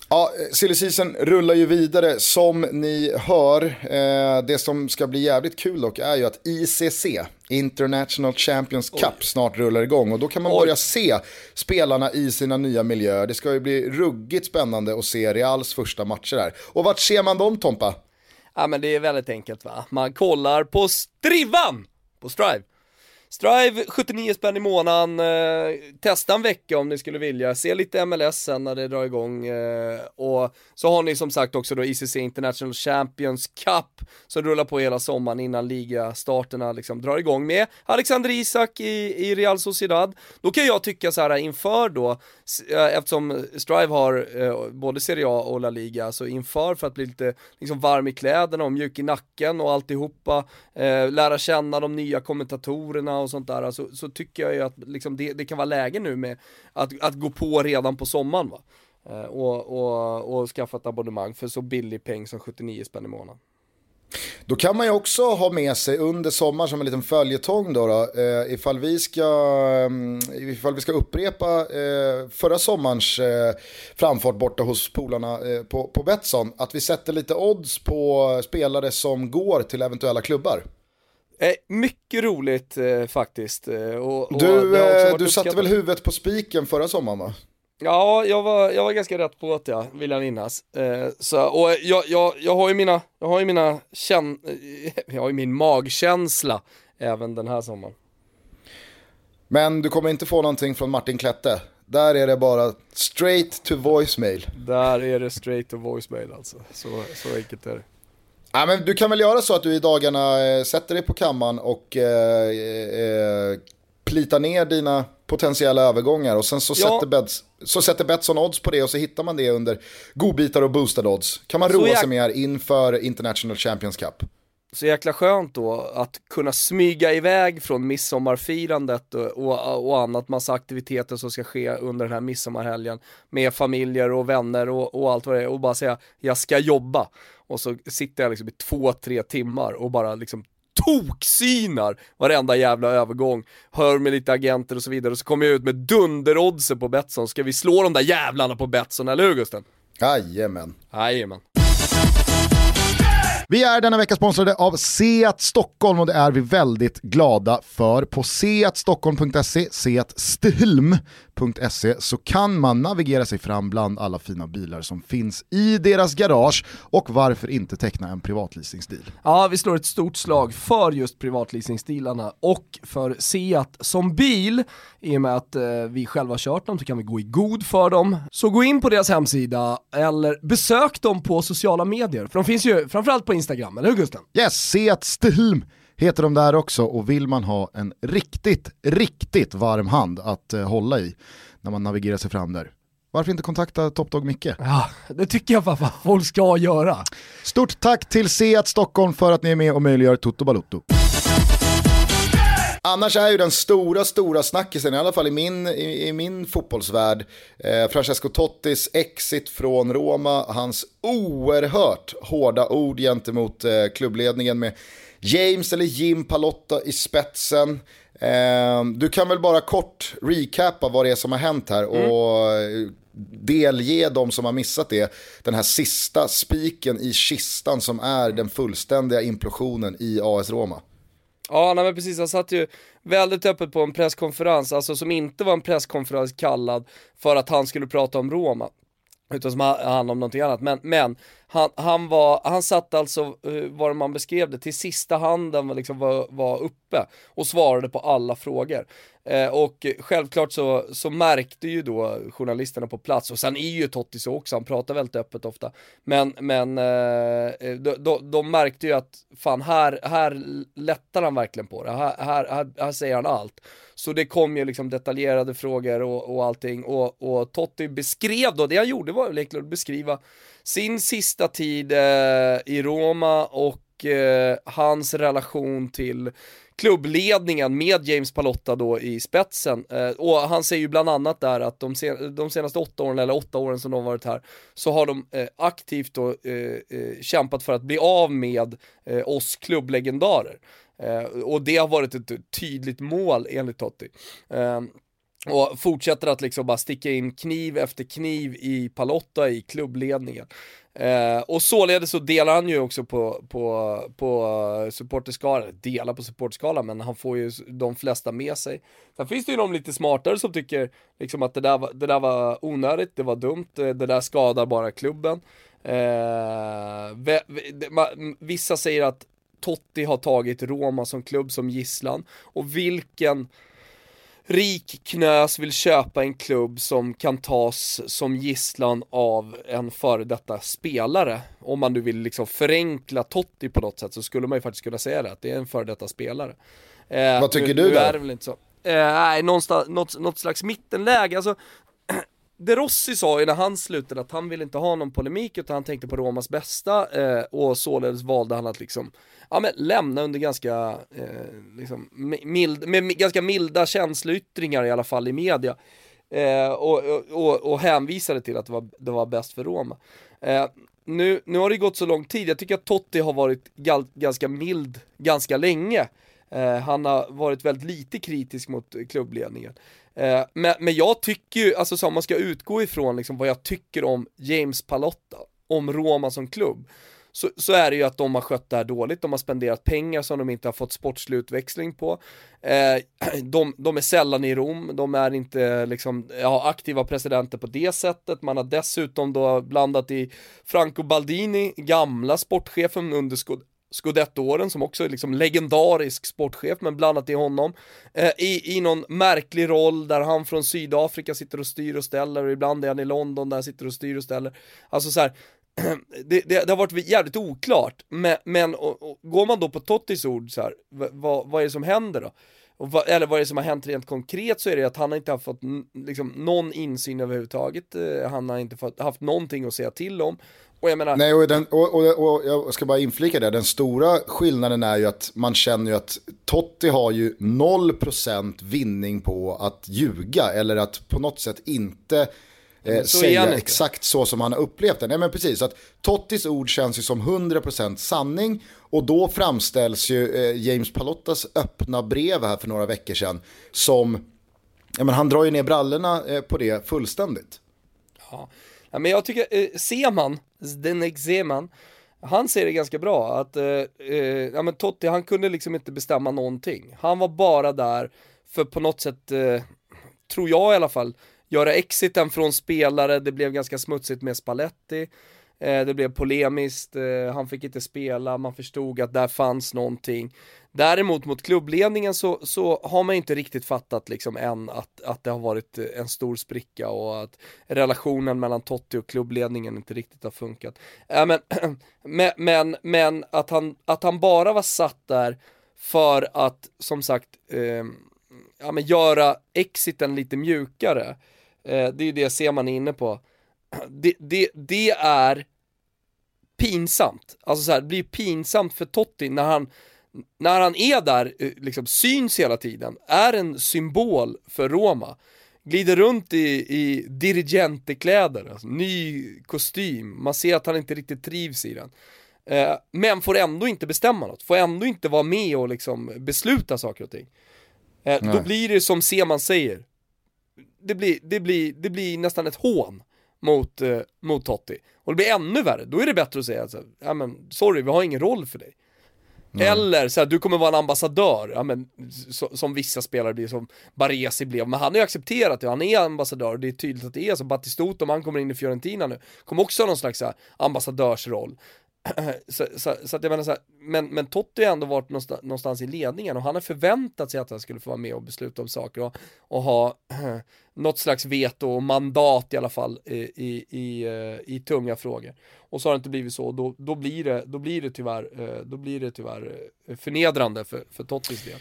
S1: Ja, silly season rullar ju vidare som ni hör. Eh, det som ska bli jävligt kul dock är ju att I C C, International Champions Cup, Oj. snart rullar igång. Och då kan man Oj. börja se spelarna i sina nya miljöer. Det ska ju bli ruggigt spännande att se Reals första matcher här. Och vart ser man dem, Tompa?
S2: Ja, men det är väldigt enkelt, va? Man kollar på Strivan på Strive. Strive, sjuttionio spänn i månaden, eh, testa en vecka om ni skulle vilja, se lite M L S sen när det drar igång, eh, och så har ni som sagt också då I C C International Champions Cup som rullar på hela sommaren innan ligastarterna liksom drar igång med Alexander Isak i, i Real Sociedad. Då kan jag tycka så här inför då, eh, eftersom Strive har eh, både Serie A och La Liga, så inför för att bli lite liksom varm i kläderna och mjuk i nacken och alltihopa, eh, lära känna de nya kommentatorerna och sånt där, så, så tycker jag ju att liksom det, det kan vara läge nu med att, att gå på redan på sommaren, va? Eh, och, och, och skaffa ett abonnemang för så billig peng som sjuttionio spänn i månaden.
S1: Då kan man ju också ha med sig under sommaren som en liten följetong då, då eh, ifall, vi ska, eh, ifall vi ska upprepa eh, förra sommarens eh, framfart borta hos polarna eh, på, på Betsson, att vi sätter lite odds på spelare som går till eventuella klubbar.
S2: Eh, mycket roligt eh, faktiskt. Eh, och, och
S1: du eh, du satte väl huvudet på spiken förra sommaren, va?
S2: Ja, jag var, jag var ganska rätt på det, ja, vill jag minnas. Eh, så, och jag, jag, jag har ju mina, jag har ju mina känn, jag har ju min magkänsla även den här sommaren.
S1: Men du kommer inte få någonting från Martin Klette. Där är det bara straight to voicemail.
S2: Där är det straight to voicemail alltså. Så, så enkelt är det.
S1: Ja, men du kan väl göra så att du i dagarna eh, sätter dig på kammaren och eh, eh, plitar ner dina potentiella övergångar och sen så, ja. sätter, Bets, så sätter Betsson odds på det och så hittar man det under godbitar och boostad odds. Kan man roa jag... sig med här inför International Champions Cup.
S2: Så jäkla skönt då att kunna smyga iväg från midsommarfirandet och, och, och annat, massa aktiviteter som ska ske under den här midsommarhelgen med familjer och vänner och, och allt vad det är, och bara säga jag ska jobba, och så sitter jag liksom i två, tre timmar och bara liksom toksynar varenda jävla övergång, hör med lite agenter och så vidare, och så kommer jag ut med dunderoddser på Betsson. Ska vi slå de där jävlarna på Betsson, eller hur Gusten?
S1: Jajamän.
S2: Jajamän.
S1: Vi är denna vecka sponsrade av Seat Stockholm och det är vi väldigt glada för. På seat stockholm punkt se, seat stilm punkt se, så kan man navigera sig fram bland alla fina bilar som finns i deras garage, och varför inte teckna en privatleasingsdeal?
S2: Ja, vi slår ett stort slag för just privatleasingstilarna och för Seat som bil. I och med att eh, vi själva kört dem så kan vi gå i god för dem. Så gå in på deras hemsida eller besök dem på sociala medier. För de finns ju framförallt på Instagram, eller hur Gusten?
S1: Yes, Seat Stilm heter de där också, och vill man ha en riktigt, riktigt varm hand att eh, hålla i när man navigerar sig fram där, varför inte kontakta Top Dog Micke?
S2: Ja, det tycker jag pappa, folk ska göra.
S1: Stort tack till Seat Stockholm för att ni är med och möjliggör Toto Balotto. Annars är ju den stora, stora snackisen, i alla fall i min, i, i min fotbollsvärld, eh, Francesco Tottis exit från Roma, hans oerhört hårda ord gentemot eh, klubbledningen med James eller Jim Palotta i spetsen. Eh, du kan väl bara kort recapa vad det är som har hänt här mm. och delge de som har missat det den här sista spiken i kistan som är den fullständiga implosionen i A S Roma.
S2: Ja, nej, men precis, han satt ju väldigt öppet på en presskonferens, alltså som inte var en presskonferens kallad för att han skulle prata om Roma, utan som handlade om någonting annat, men, men han, han var, han satt alltså, vad man beskrev det, till sista handen liksom var, var uppe och svarade på alla frågor. Eh, och självklart så, så märkte ju då journalisterna på plats, och sen är ju Totti så också, han pratar väldigt öppet ofta, men, men eh, de, de, de märkte ju att fan, här, här lättar han verkligen på det, här, här, här, här säger han allt. Så det kom ju liksom detaljerade frågor och, och allting, och, och Totti beskrev då, det han gjorde var väl att beskriva sin sista tid eh, i Roma och eh, hans relation till klubbledningen med James Palotta då i spetsen. Eh, och han säger ju bland annat där att de, sen, de senaste åtta åren, eller åtta åren som de varit här, så har de eh, aktivt då, eh, eh, kämpat för att bli av med eh, oss klubblegendarer. Eh, och det har varit ett tydligt mål enligt Totti. Eh, och fortsätter att liksom bara sticka in kniv efter kniv i Palotta, i klubbledningen. Eh, och således så delar han ju också på, på, på supporterskalan, delar på supporterskalan, men han får ju de flesta med sig. Sen finns det ju de lite smartare som tycker liksom att det där, var, det där var onödigt, det var dumt, det där skadar bara klubben. Eh, v, v, vissa säger att Totti har tagit Roma som klubb som gisslan, och vilken rik knös vill köpa en klubb som kan tas som gisslan av en före detta spelare. Om man nu vill liksom förenkla Totti på något sätt, så skulle man ju faktiskt kunna säga det, att det är en före detta spelare. Eh,
S1: Vad tycker
S2: nu,
S1: du
S2: nu
S1: då?
S2: är det väl inte så. Eh, nej, någonstans, något, något slags mittenläge. Alltså, De Rossi sa ju när han slutade att han ville inte ha någon polemik, utan han tänkte på Romas bästa, eh, och således valde han att liksom ja, men lämna under ganska eh, liksom, mild, med ganska milda känsloyttringar i alla fall i media, eh, och, och, och hänvisade till att det var, det var bäst för Roma. Eh, nu, nu har det gått så lång tid. Jag tycker att Totti har varit gal, ganska mild ganska länge. Eh, han har varit väldigt lite kritisk mot klubbledningen. Eh, men, men jag tycker ju, alltså så om man ska utgå ifrån liksom vad jag tycker om James Palotta, om Roma som klubb, så, så är det ju att de har skött det här dåligt. De har spenderat pengar som de inte har fått sportslig utväxling på. Eh, de, de är sällan i Rom, de är inte liksom, ja, aktiva presidenter på det sättet. Man har dessutom då blandat i Franco Baldini, gamla sportchefen under skod Scudetto-åren, som också är liksom legendarisk sportchef, men blandat i honom eh, i, i någon märklig roll där han från Sydafrika sitter och styr och ställer, och ibland är han i London där han sitter och styr och ställer. Alltså så här, det, det, det har varit jävligt oklart, men, men och, och, går man då på Tottis ord så här, vad, vad är det som händer då? Och vad, eller vad är det som har hänt rent konkret, så är det att han inte har fått liksom, någon insyn överhuvudtaget. eh, han har inte fått, haft någonting att säga till om. Och jag menar...
S1: Nej, och, den, och, och, och jag ska bara inflika det. Den stora skillnaden är ju att man känner ju att Totti har ju noll procent vinning på att ljuga, eller att på något sätt inte eh, säga exakt så som han har upplevt det. Nej, men precis, att Tottis ord känns ju som hundra procent sanning, och då framställs ju eh, James Palottas öppna brev här för några veckor sedan som, ja, men han drar ju ner brallorna eh, på det fullständigt.
S2: Ja. Ja, men jag tycker, eh, Seman, Zdenek Zeman, han säger det ganska bra, att eh, eh, ja, men Totti, han kunde liksom inte bestämma någonting. Han var bara där för på något sätt, eh, tror jag i alla fall, göra exiten från spelare. Det blev ganska smutsigt med Spalletti, eh, det blev polemiskt, eh, han fick inte spela, man förstod att där fanns någonting. Däremot mot klubbledningen så, så har man inte riktigt fattat liksom än att, att det har varit en stor spricka, och att relationen mellan Totti och klubbledningen inte riktigt har funkat. Äh, men, men, men, men att, han, att han bara var satt där för att, som sagt, eh, ja, men göra exiten lite mjukare. Eh, det är ju det ser man inne på. Det, det, det är pinsamt. Alltså så här, det blir pinsamt för Totti när han när han är där, liksom syns hela tiden, är en symbol för Roma, glider runt i, i dirigentekläder, alltså, ny kostym, man ser att han inte riktigt trivs i den, eh, men får ändå inte bestämma något, får ändå inte vara med och liksom besluta saker och ting. eh, då blir det som Seman säger, det blir, det blir, det blir nästan ett hån mot, eh, mot Totti, och det blir ännu värre. Då är det bättre att säga alltså, ja, men, sorry, vi har ingen roll för dig. Mm. Eller så här, du kommer vara en ambassadör, ja, men, så, som vissa spelare blir, som Baresi blev. Men han har ju accepterat det, han är ambassadör. Det är tydligt att det är så. Battistuta, om han kommer in i Fiorentina nu, kommer också ha någon slags så här, ambassadörsroll. så, så, så att jag menar så här, men, men Totti har ändå varit någonstans, någonstans i ledningen, och han har förväntat sig att han skulle få vara med och besluta om saker, och, och ha äh, något slags veto och mandat i alla fall i, i, i, uh, i tunga frågor. Och så har det inte blivit så, då, då blir det, då blir det tyvärr, uh, då blir det tyvärr uh, förnedrande för, för Tottis del.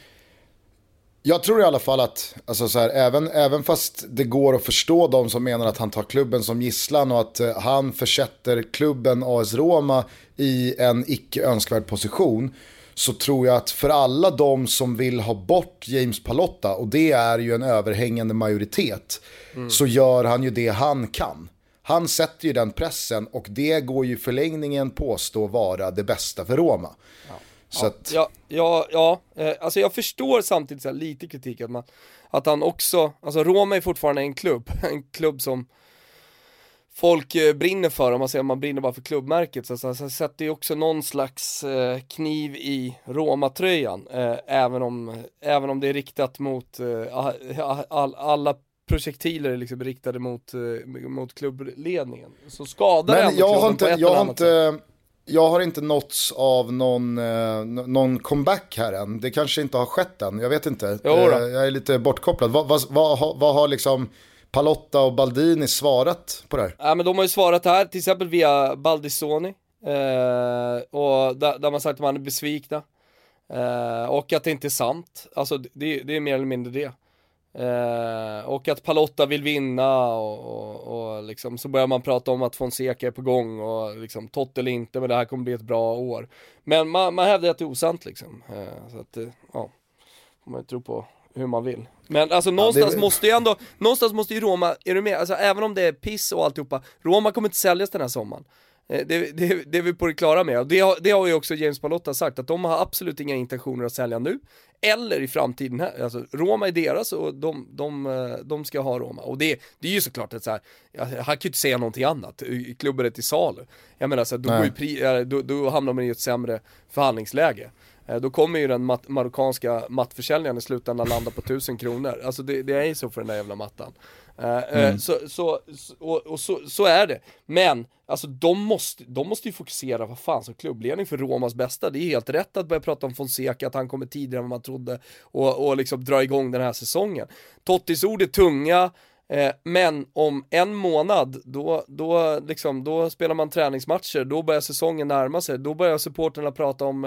S1: Jag tror i alla fall att alltså så här, även, även fast det går att förstå de som menar att han tar klubben som gisslan, och att uh, han försätter klubben A S Roma i en icke önskvärd position, så tror jag att för alla de som vill ha bort James Palotta, och det är ju en överhängande majoritet, mm. så gör han ju det han kan. Han sätter ju den pressen, och det går ju förlängningen påstå vara det bästa för Roma. Ja. Så
S2: ja,
S1: att...
S2: ja, ja, ja, alltså jag förstår samtidigt så här lite kritik att man, att han också, alltså Roma är fortfarande en klubb, en klubb som folk eh, brinner för, om man säger att man brinner bara för klubbmärket, så, så, så sätter ju också någon slags eh, kniv i Roma-tröjan, eh, även, om, även om det är riktat mot eh, all, alla projektiler är liksom riktade mot, eh, mot klubbledningen, så skadar
S1: men
S2: ändå
S1: jag har
S2: klubben
S1: inte,
S2: på ett
S1: jag
S2: eller
S1: har
S2: annat
S1: inte
S2: sätt.
S1: Jag har inte nåtts av någon, eh, någon comeback här än. Det kanske inte har skett än, jag vet inte.
S2: Jo då.
S1: Eh, jag är lite bortkopplad. Vad, vad, vad, har- vad har liksom Palotta och Baldini svarat på det här?
S2: Ja, men de har ju svarat här, till exempel via Baldissoni, eh, och där, där man sagt att man är besvikna, eh, och att det inte är sant, alltså det, det är mer eller mindre det, eh, och att Palotta vill vinna, och, och, och liksom, så börjar man prata om att Fonseca är på gång, och liksom Totti eller inte, men det här kommer bli ett bra år, men man, man hävdar att det är osant liksom, eh, så att, ja, får man ju tro på hur man vill. Men alltså någonstans
S1: det-
S2: måste ju ändå, någonstans måste ju Roma, är du med? Alltså även om det är piss och alltihopa, Roma kommer inte säljas den här sommaren. Eh, Det, det, det är vi på det klara med. Och det, har, det har ju också James Palotta sagt, att de har absolut inga intentioner att sälja nu, eller i framtiden här. Alltså Roma är deras, och de, de, eh, de ska ha Roma. Och det, det är ju såklart att så här, jag, han kan ju inte säga någonting annat. Klubben är till salu. Jag menar så här, då, går ju pri, eh, då, då hamnar man i ett sämre förhandlingsläge. Eh, Då kommer ju den mat- marockanska mattförsäljningen i slutändan landa på tusen kronor. Alltså det, det är ju så för den där jävla mattan. Eh, eh, så, så, så, och, och så, så är det. Men alltså de måste, de måste ju fokusera, vad fan, som klubbledning för Romas bästa. Det är helt rätt att börja prata om Fonseca, att han kommer tidigare än vad man trodde, och, och liksom dra igång den här säsongen. Tottis ord är tunga. Eh, men om en månad då, då, liksom, då spelar man träningsmatcher, då börjar säsongen närma sig, då börjar supporterna prata om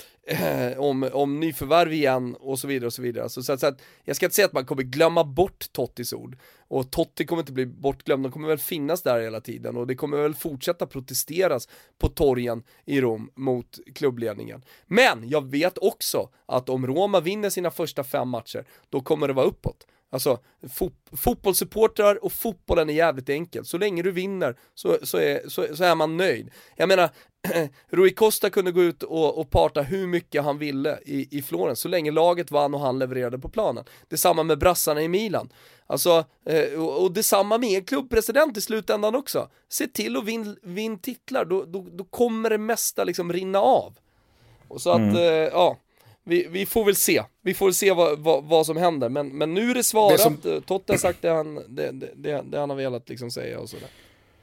S2: eh, om, om nyförvärv igen, och så vidare och så vidare. Så, så, att, så att, jag ska inte säga att man kommer glömma bort Tottis ord, och Totti kommer inte bli bortglömd, de kommer väl finnas där hela tiden, och det kommer väl fortsätta protesteras på torgen i Rom mot klubbledningen. Men jag vet också att om Roma vinner sina första fem matcher, då kommer det vara uppåt. Alltså, fo- fotbollssupportrar och fotbollen är jävligt enkelt. Så länge du vinner så, så, är, så, så är man nöjd. Jag menar, Rui Costa kunde gå ut och, och parta hur mycket han ville i, i Florens, så länge laget vann och han levererade på planen. Detsamma med brassarna i Milan. Alltså, eh, och, och detsamma med en klubbpresident i slutändan också. Se till att vin, vin titlar, då, då, då kommer det mesta liksom rinna av. Och så att, mm. eh, ja... Vi, vi får väl se, vi får väl se vad, vad, vad som händer, men, men nu är det svarat, det som... Totte har sagt det han, det, det, det, det han har velat liksom säga och sådär.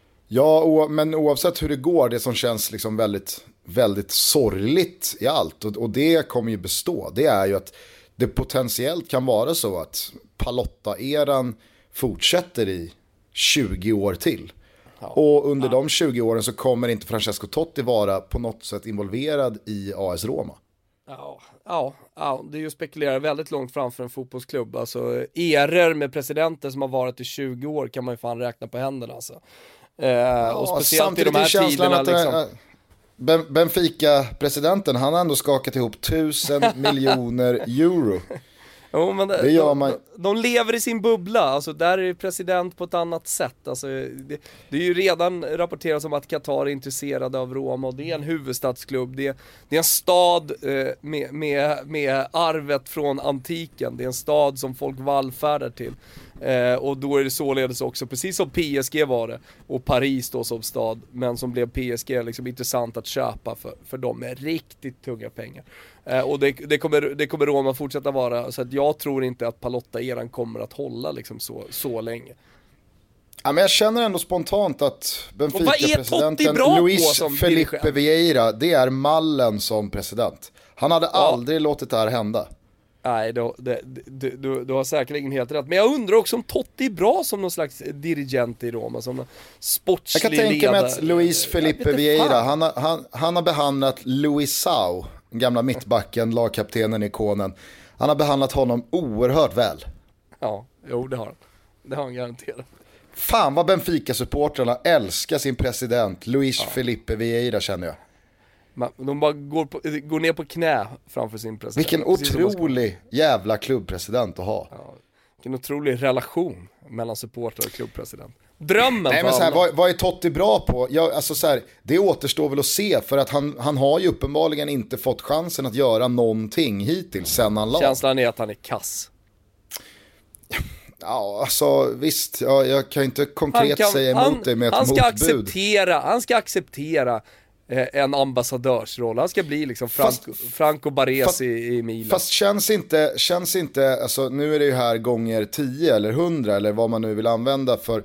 S1: Ja, o- men oavsett hur det går, det som känns liksom väldigt, väldigt sorgligt i allt, och, och det kommer ju bestå, det är ju att det potentiellt kan vara så att Palotta-eran fortsätter i tjugo år till. Ja. Och under ja. de tjugo åren så kommer inte Francesco Totti vara på något sätt involverad i A S Roma.
S2: Ja, ja, ja, det är ju att spekulera väldigt långt framför en fotbollsklubb. Alltså eror med presidenter som har varit i tjugo år kan man ju fan räkna på händerna alltså. Eh, ja, och speciellt i de här tiderna
S1: att,
S2: liksom.
S1: Ben- Benfica-presidenten, han har ändå skakat ihop tusen miljoner euro.
S2: Jo, men det,
S1: det gör
S2: de,
S1: man...
S2: de, de lever i sin bubbla, alltså där är president på ett annat sätt. Alltså, det, det är ju redan rapporterat om att Qatar är intresserade av Roma, och det är en huvudstadsklubb, det är, det är en stad eh, med, med, med arvet från antiken, det är en stad som folk vallfärdar till. Eh, och då är det således också, precis som P S G var det, och Paris då som stad, men som blev P S G liksom intressant att köpa för, för dem med riktigt tunga pengar. Eh, och det, det, kommer, det kommer Roma fortsätta vara, så att jag tror inte att Palotta-eran kommer att hålla liksom så, så länge.
S1: Ja, men jag känner ändå spontant att Benfica-presidenten Luis Felipe
S2: dirigent?
S1: Vieira, det är mallen som president. Han hade ja. aldrig låtit det här hända.
S2: Nej, det, det, det, du, du har säkerligen helt rätt. Men jag undrar också om Totti är bra som någon slags dirigent i Roma, som sportslig
S1: ledare. Jag kan tänka mig att Luis Felipe Vieira, han har, han, han har behandlat Luisao, gamla mittbacken, lagkaptenen, ikonen. Han har behandlat honom oerhört väl.
S2: Ja, jo det har han. Det har han garanterat.
S1: Fan vad Benfica-supportrarna älskar sin president, Luis ja. Felipe Vieira, känner jag.
S2: De bara går, på, går ner på knä framför sin president.
S1: Vilken otrolig jävla klubbpresident att ha.
S2: Ja, vilken otrolig relation mellan supporter och klubbpresident. Drömmen.
S1: Nej, men så här, vad, vad är Totti bra på? Jag, alltså så här, det återstår väl att se, för att han, han har ju uppenbarligen inte fått chansen att göra någonting hittills sen han la.
S2: Känslan är att han är kass.
S1: Ja, alltså visst, ja, jag kan inte konkret kan, säga emot
S2: han,
S1: dig med ett
S2: han ska
S1: motbud.
S2: Acceptera, han ska acceptera eh, en ambassadörsroll. Han ska bli liksom Franco, fast, Franco Baresi fast, i Milan.
S1: Fast känns inte, känns inte, alltså nu är det ju här gånger tio eller hundra eller vad man nu vill använda för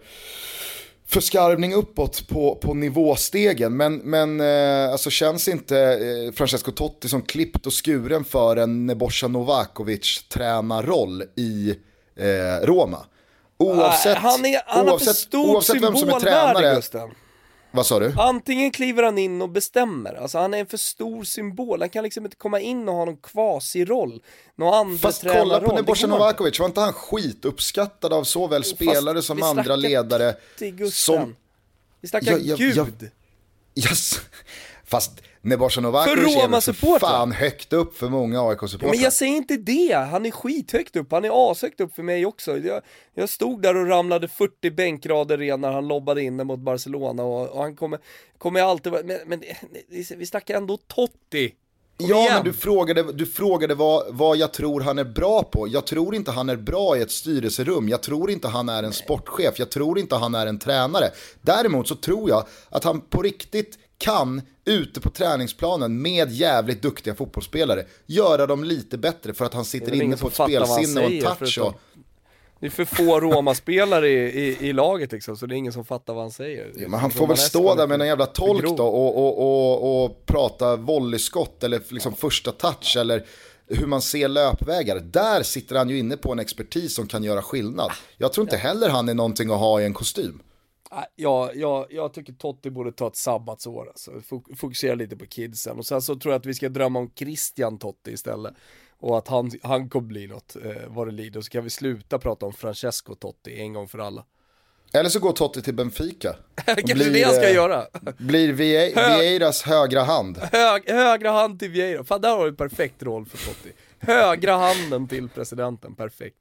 S1: för skarvning uppåt på, på nivåstegen. Men, men eh, alltså känns inte eh, Francesco Totti som klippt och skuren för en Nebojsa Novakovic tränarroll i eh, Roma. Oavsett,
S2: han är, han oavsett, har för stort oavsett vem som är tränare. Gusten.
S1: Vad sa du?
S2: Antingen kliver han in och bestämmer. Alltså han är en för stor symbol. Han kan liksom inte komma in och ha någon kvasiroll. Någon andra
S1: Fast
S2: tränarroll.
S1: kolla på Nebojsa Novakovic. Var inte han skituppskattad av såväl spelare som andra ledare? Som...
S2: Vi snackar jag, jag, Gud. Jag,
S1: yes. Fast Nebojsa Novakovic är för fan högt upp för många A I K-supportrar.
S2: Ja, men jag säger inte det. Han är skithögt upp. Han är ashögt upp för mig också. Jag, jag stod där och ramlade fyrtio bänkrader redan när han lobbade in mot Barcelona. Och, och han kommer, kommer alltid... Men, men vi snackar ändå Totti. Kom
S1: ja,
S2: igen.
S1: men du frågade, du frågade vad, vad jag tror han är bra på. Jag tror inte han är bra i ett styrelserum. Jag tror inte han är en sportchef. Jag tror inte han är en tränare. Däremot så tror jag att han på riktigt kan ute på träningsplanen med jävligt duktiga fotbollsspelare göra dem lite bättre för att han sitter inne på ett spelsinne och en touch. Och...
S2: Det är för få Roma-spelare i, i, i laget liksom, så det är ingen som fattar vad han säger.
S1: Ja, men han får väl stå där med en jävla tolk då och, och, och, och prata volleyskott eller liksom ja. första touch eller hur man ser löpvägar. Där sitter han ju inne på en expertis som kan göra skillnad. Jag tror inte ja. heller han är någonting att ha i en kostym.
S2: Ja, jag, jag tycker Totti borde ta ett sabbatsår alltså. Fokusera lite på kidsen. Och sen så tror jag att vi ska drömma om Christian Totti istället. Och att han, han kommer bli något eh, vad det lider. Och så kan vi sluta prata om Francesco Totti en gång för alla.
S1: Eller så går Totti till Benfica.
S2: Kanske blir, det jag ska göra.
S1: Blir Vieiras högra hand.
S2: Hög, högra hand till Vieira. Fan, där har du en perfekt roll för Totti. Högra handen till presidenten, perfekt.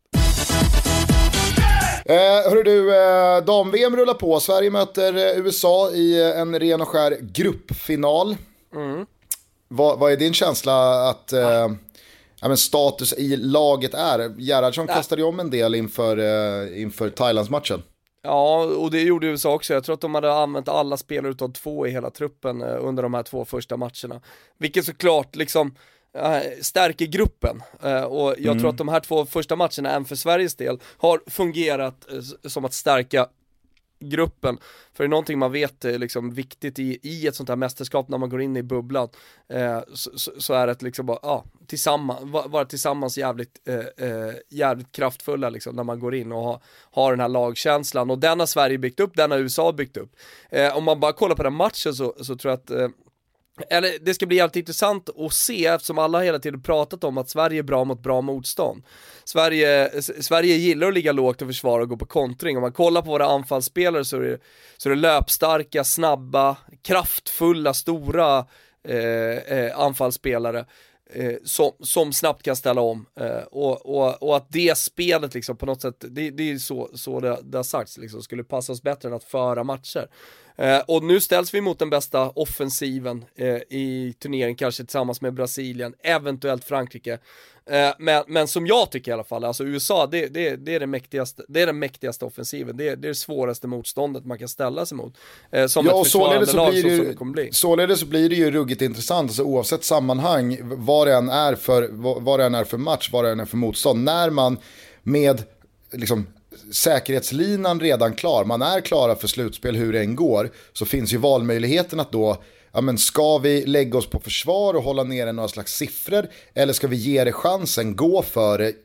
S1: Eh, hörru du, eh, dam-V M rullar på. Sverige möter eh, U S A i eh, en ren och skär gruppfinal. Mm. Va, vad är din känsla att eh, ja, men status i laget är? Gerhardsson ja. kastade ju om en del inför, eh, inför Thailandsmatchen. Ja,
S2: och det gjorde U S A också. Jag tror att de hade använt alla spelare utav två i hela truppen eh, under de här två första matcherna. Vilket såklart liksom stärker gruppen och jag mm. tror att de här två första matcherna även för Sveriges del har fungerat som att stärka gruppen, för det är någonting man vet är liksom viktigt i, i ett sånt här mästerskap när man går in i bubblan eh, så, så, så är det liksom bara, ja, tillsammans, vara tillsammans jävligt, eh, eh, jävligt kraftfulla liksom, när man går in och ha, har den här lagkänslan, och den har Sverige byggt upp, den har U S A byggt upp. Eh, om man bara kollar på den matchen så, så tror jag att eh, eller det ska bli jävligt intressant att se, eftersom alla hela tiden pratat om att Sverige är bra mot bra motstånd. Sverige, Sverige gillar att ligga lågt och försvara och gå på kontring. Om man kollar på våra anfallsspelare så är det, så är det löpstarka, snabba, kraftfulla, stora eh, eh, anfallsspelare eh, som, som snabbt kan ställa om. Eh, och, och, och att det spelet liksom på något sätt, det, det är så, så det, det har sagts, liksom, skulle passa oss bättre än att föra matcher. Uh, och nu ställs vi mot den bästa offensiven uh, i turneringen, kanske tillsammans med Brasilien, eventuellt Frankrike. Uh, men, men som jag tycker i alla fall, alltså U S A, det, det, det, är, det, mäktigaste, det är den mäktigaste offensiven. Det är, det är det svåraste motståndet man kan ställa sig mot. Uh, som
S1: ja,
S2: ett försvarande
S1: så
S2: lag
S1: blir det ju,
S2: så som det kommer bli.
S1: Således så blir det ju ruggigt intressant, alltså, oavsett sammanhang, vad det än är för, vad det än är för match, vad det än är för motstånd. När man med liksom säkerhetslinan redan klar, man är klara för slutspel hur det än går, så finns ju valmöjligheten att då, ja men ska vi lägga oss på försvar och hålla ner några slags siffror, eller ska vi ge det chansen, gå för det,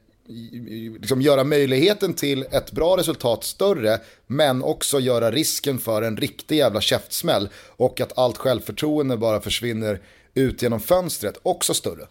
S1: liksom göra möjligheten till ett bra resultat större, men också göra risken för en riktig jävla käftsmäll och att allt självförtroende bara försvinner ut genom fönstret också större.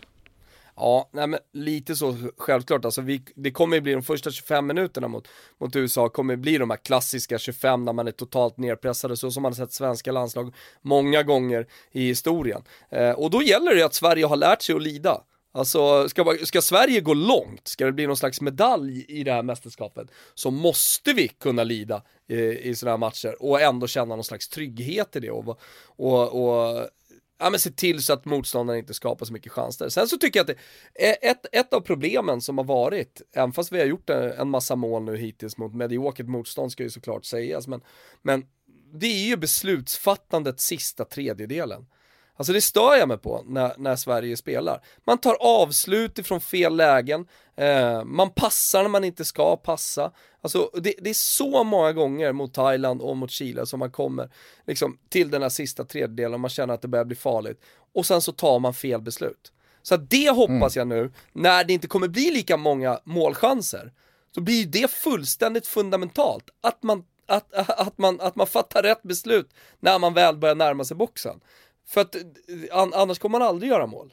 S2: Ja, nej men lite så självklart. Alltså vi, det kommer ju bli de första tjugofem minuterna mot, mot U S A kommer bli de här klassiska tjugofem när man är totalt nerpressade, så som man har sett svenska landslag många gånger i historien. Eh, och då gäller det att Sverige har lärt sig att lida. Alltså ska, ska Sverige gå långt, ska det bli någon slags medalj i det här mästerskapet, så måste vi kunna lida i, i sådana här matcher och ändå känna någon slags trygghet i det. Och, och, och ja, men se till så att motståndaren inte skapar så mycket chanser. Sen så tycker jag att det är ett, ett av problemen som har varit, även fast vi har gjort en massa mål nu hittills mot mediokert motstånd, ska ju såklart sägas, men, men det är ju beslutsfattandet sista tredjedelen. Alltså det stör jag mig på när, när Sverige spelar. Man tar avslut ifrån fel lägen, eh, man passar när man inte ska passa. Alltså det, det är så många gånger mot Thailand och mot Chile som man kommer liksom, till den här sista tredjedelen och man känner att det börjar bli farligt. Och sen så tar man fel beslut. Så att det hoppas mm. jag nu, när det inte kommer bli lika många målchanser, så blir det fullständigt fundamentalt att man, att, att man, att man fattar rätt beslut när man väl börjar närma sig boxen. För att annars kommer man aldrig göra mål.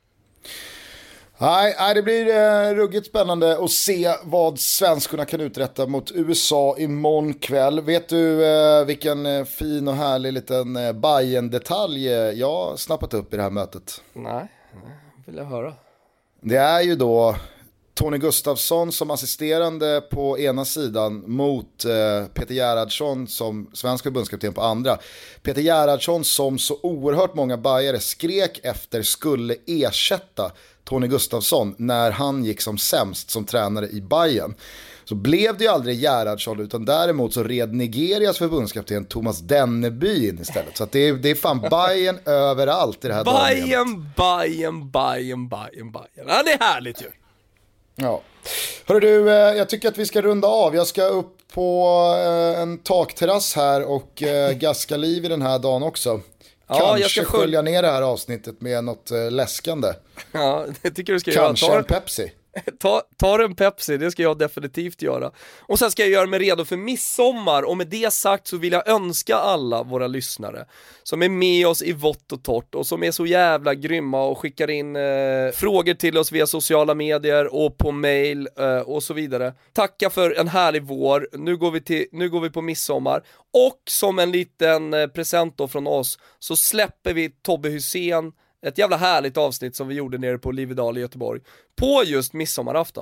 S1: Nej, nej det blir eh, ruggigt spännande att se vad svenskarna kan uträtta mot U S A imorgon kväll. Vet du eh, vilken eh, fin och härlig liten eh, Bayern-detalj eh, jag har snappat upp i det här mötet?
S2: Nej, vill jag höra.
S1: Det är ju då Tony Gustafsson som assisterande på ena sidan mot eh, Peter Gerhardsson som svensk förbundskapten på andra. Peter Gerhardsson som så oerhört många bajare skrek efter skulle ersätta Tony Gustafsson när han gick som sämst som tränare i Bayern. Så blev det ju aldrig Gerhardsson, utan däremot så red Nigerias förbundskapten Thomas Denneby in istället. Så att det, är, det är fan Bayern överallt i det här
S2: Bayern, Bayern, Bayern, Bayern, Bayern. Ja, det är härligt ju.
S1: Ja. Hörru du, jag tycker att vi ska runda av. Jag ska upp på en takterrass här och gaska liv i den här dagen också. Ja, kanske jag ska skölja ner det här avsnittet med något läskande.
S2: Ja, det tycker du ska
S1: kanske
S2: göra.
S1: Kanske en Pepsi.
S2: Ta, ta en Pepsi, det ska jag definitivt göra. Och sen ska jag göra mig redo för midsommar. Och med det sagt så vill jag önska alla våra lyssnare som är med oss i vått och torrt och som är så jävla grymma och skickar in eh, frågor till oss via sociala medier och på mail eh, och så vidare. Tacka för en härlig vår. Nu går vi, till, nu går vi på midsommar. Och som en liten eh, present då från oss så släpper vi Tobbe Hussein, ett jävla härligt avsnitt som vi gjorde nere på Livedal i Göteborg på just midsommarafton.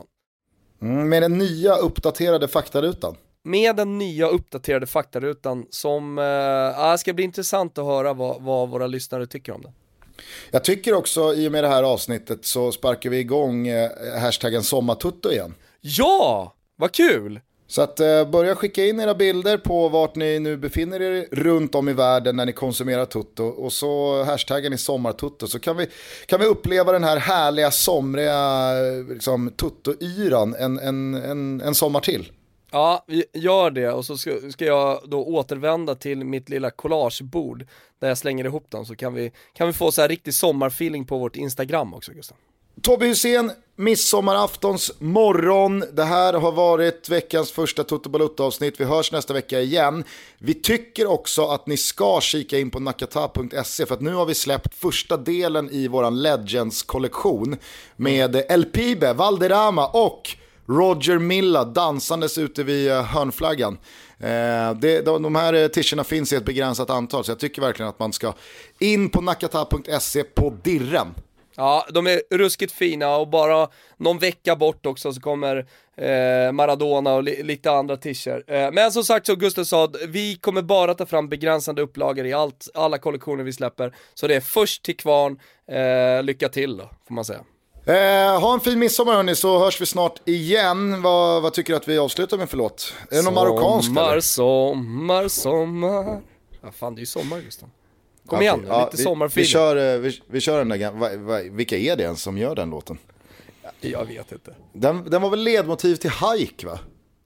S1: Mm, med den nya uppdaterade faktarutan.
S2: Med den nya uppdaterade faktarutan som äh, ska bli intressant att höra vad, vad våra lyssnare tycker om den.
S1: Jag tycker också i och med det här avsnittet så sparkar vi igång eh, hashtaggen sommartutto igen.
S2: Ja, vad kul!
S1: Så att eh, börja skicka in era bilder på vart ni nu befinner er runt om i världen när ni konsumerar tutto. Och så hashtaggen i sommartutto, så kan vi, kan vi uppleva den här härliga somriga liksom, tutto-yran en, en, en, en sommar till.
S2: Ja, gör det. Och så ska, ska jag då återvända till mitt lilla collagebord där jag slänger ihop dem. Så kan vi, kan vi få så här riktig sommarfeeling på vårt Instagram också, Gustav.
S1: Tobbe Hussein, midsommaraftons morgon. Det här har varit veckans första Toto Balutta-avsnitt. Vi hörs nästa vecka igen. Vi tycker också att ni ska kika in på nakata punkt se för att nu har vi släppt första delen i våran Legends-kollektion med El Pibe, Valderrama och Roger Milla dansandes ute vid hörnflaggan. Eh, det, de, de här t-shirtarna finns i ett begränsat antal, så jag tycker verkligen att man ska in på nakata punkt se på dirren.
S2: Ja, de är ruskigt fina och bara någon vecka bort också så kommer eh, Maradona och li- lite andra t-shirts. Eh, men som sagt så Gustav sa, vi kommer bara ta fram begränsande upplagor i allt, alla kollektioner vi släpper. Så det är först till kvarn, eh, lycka till då, får man säga.
S1: Eh, ha en fin midsommar hörni, så hörs vi snart igen. Vad, vad tycker du att vi avslutar med för låt? Är det någon marockansk eller?
S2: Sommar, sommar, sommar. Ja fan, det är ju sommar Gustav. Kom igen,
S1: ja,
S2: lite
S1: vi,
S2: sommarfilm.
S1: Vi kör, vi, vi kör den där, va, va, vilka är det ens som gör den låten?
S2: Jag vet inte.
S1: Den, den var väl ledmotiv till Hike va?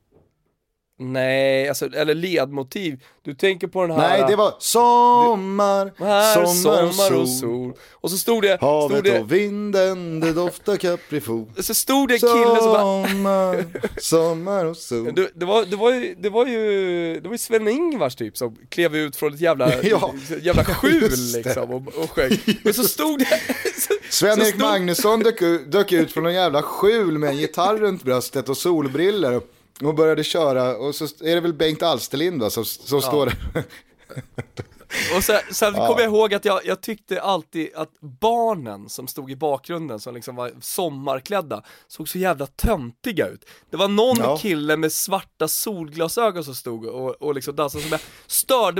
S2: Nej, alltså, eller ledmotiv. Du tänker på den här...
S1: Nej, det var sommar,
S2: du, här,
S1: sommar,
S2: sommar och
S1: sol.
S2: sol. Och så stod det...
S1: Havet
S2: stod det,
S1: och vinden, det doftar kaprifol.
S2: Så stod det en kille som bara...
S1: Sommar, sommar och sol.
S2: Det, det, var, det, var ju, det var ju... Det var ju Sven-Ingvars typ som klev ut från ett jävla...
S1: ja,
S2: jävla skjul liksom och, och sjöng. Men så stod det...
S1: Sven-Erik stod... Magnusson dök, dök ut från en jävla skjul med en gitarr runt bröstet och solbriller. Och började köra, och så är det väl Bengt Alsterlind va, som, som ja. står där.
S2: Och sen, sen
S1: ja.
S2: kommer jag ihåg att jag, jag tyckte alltid att barnen som stod i bakgrunden, som liksom var sommarklädda, såg så jävla töntiga ut. Det var någon ja. kille med svarta solglasögon som stod och, och liksom dansade, som jag störde mig något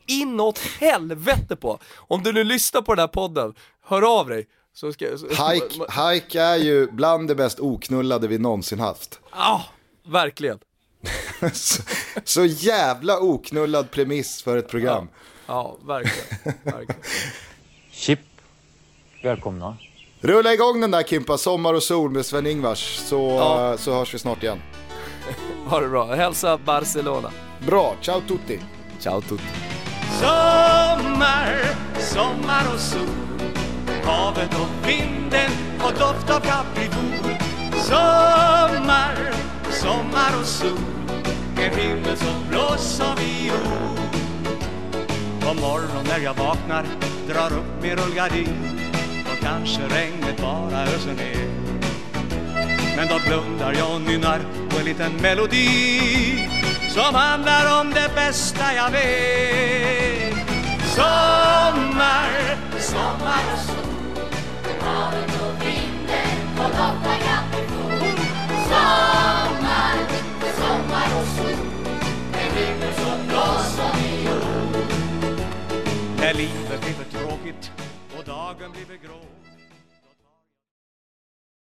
S2: inåt helvete på. Om du nu lyssnar på den här podden, hör av dig. Så ska, så,
S1: Hike, Hike är ju bland det mest oknullade vi någonsin haft.
S2: Ja, verkligen.
S1: så, så jävla oknullad premiss för ett program.
S2: Ja, ja verkligen, verkligen.
S8: Chip, välkomna.
S1: Rulla igång den där Kimpa, Sommar och sol med Sven-Ingvars. Så,
S2: ja.
S1: så hörs vi snart igen.
S2: Ha det bra, hälsa Barcelona.
S1: Bra, ciao tutti.
S2: Ciao tutti.
S9: Sommar, sommar och sol, havet och vinden och doft av kaprifol. Sommar, sommar och sol, en himmel som blå som viol. På morgon när jag vaknar, drar upp min rullgardin, och kanske regnet bara öser ner. Men då blundar jag och nynnar på en liten melodi som handlar om det bästa jag vet. Sommar, sommar och sol, havet och vinden och doftar kaprifol. Sommar, sommar och sol, en himmel som blå som viol. När livet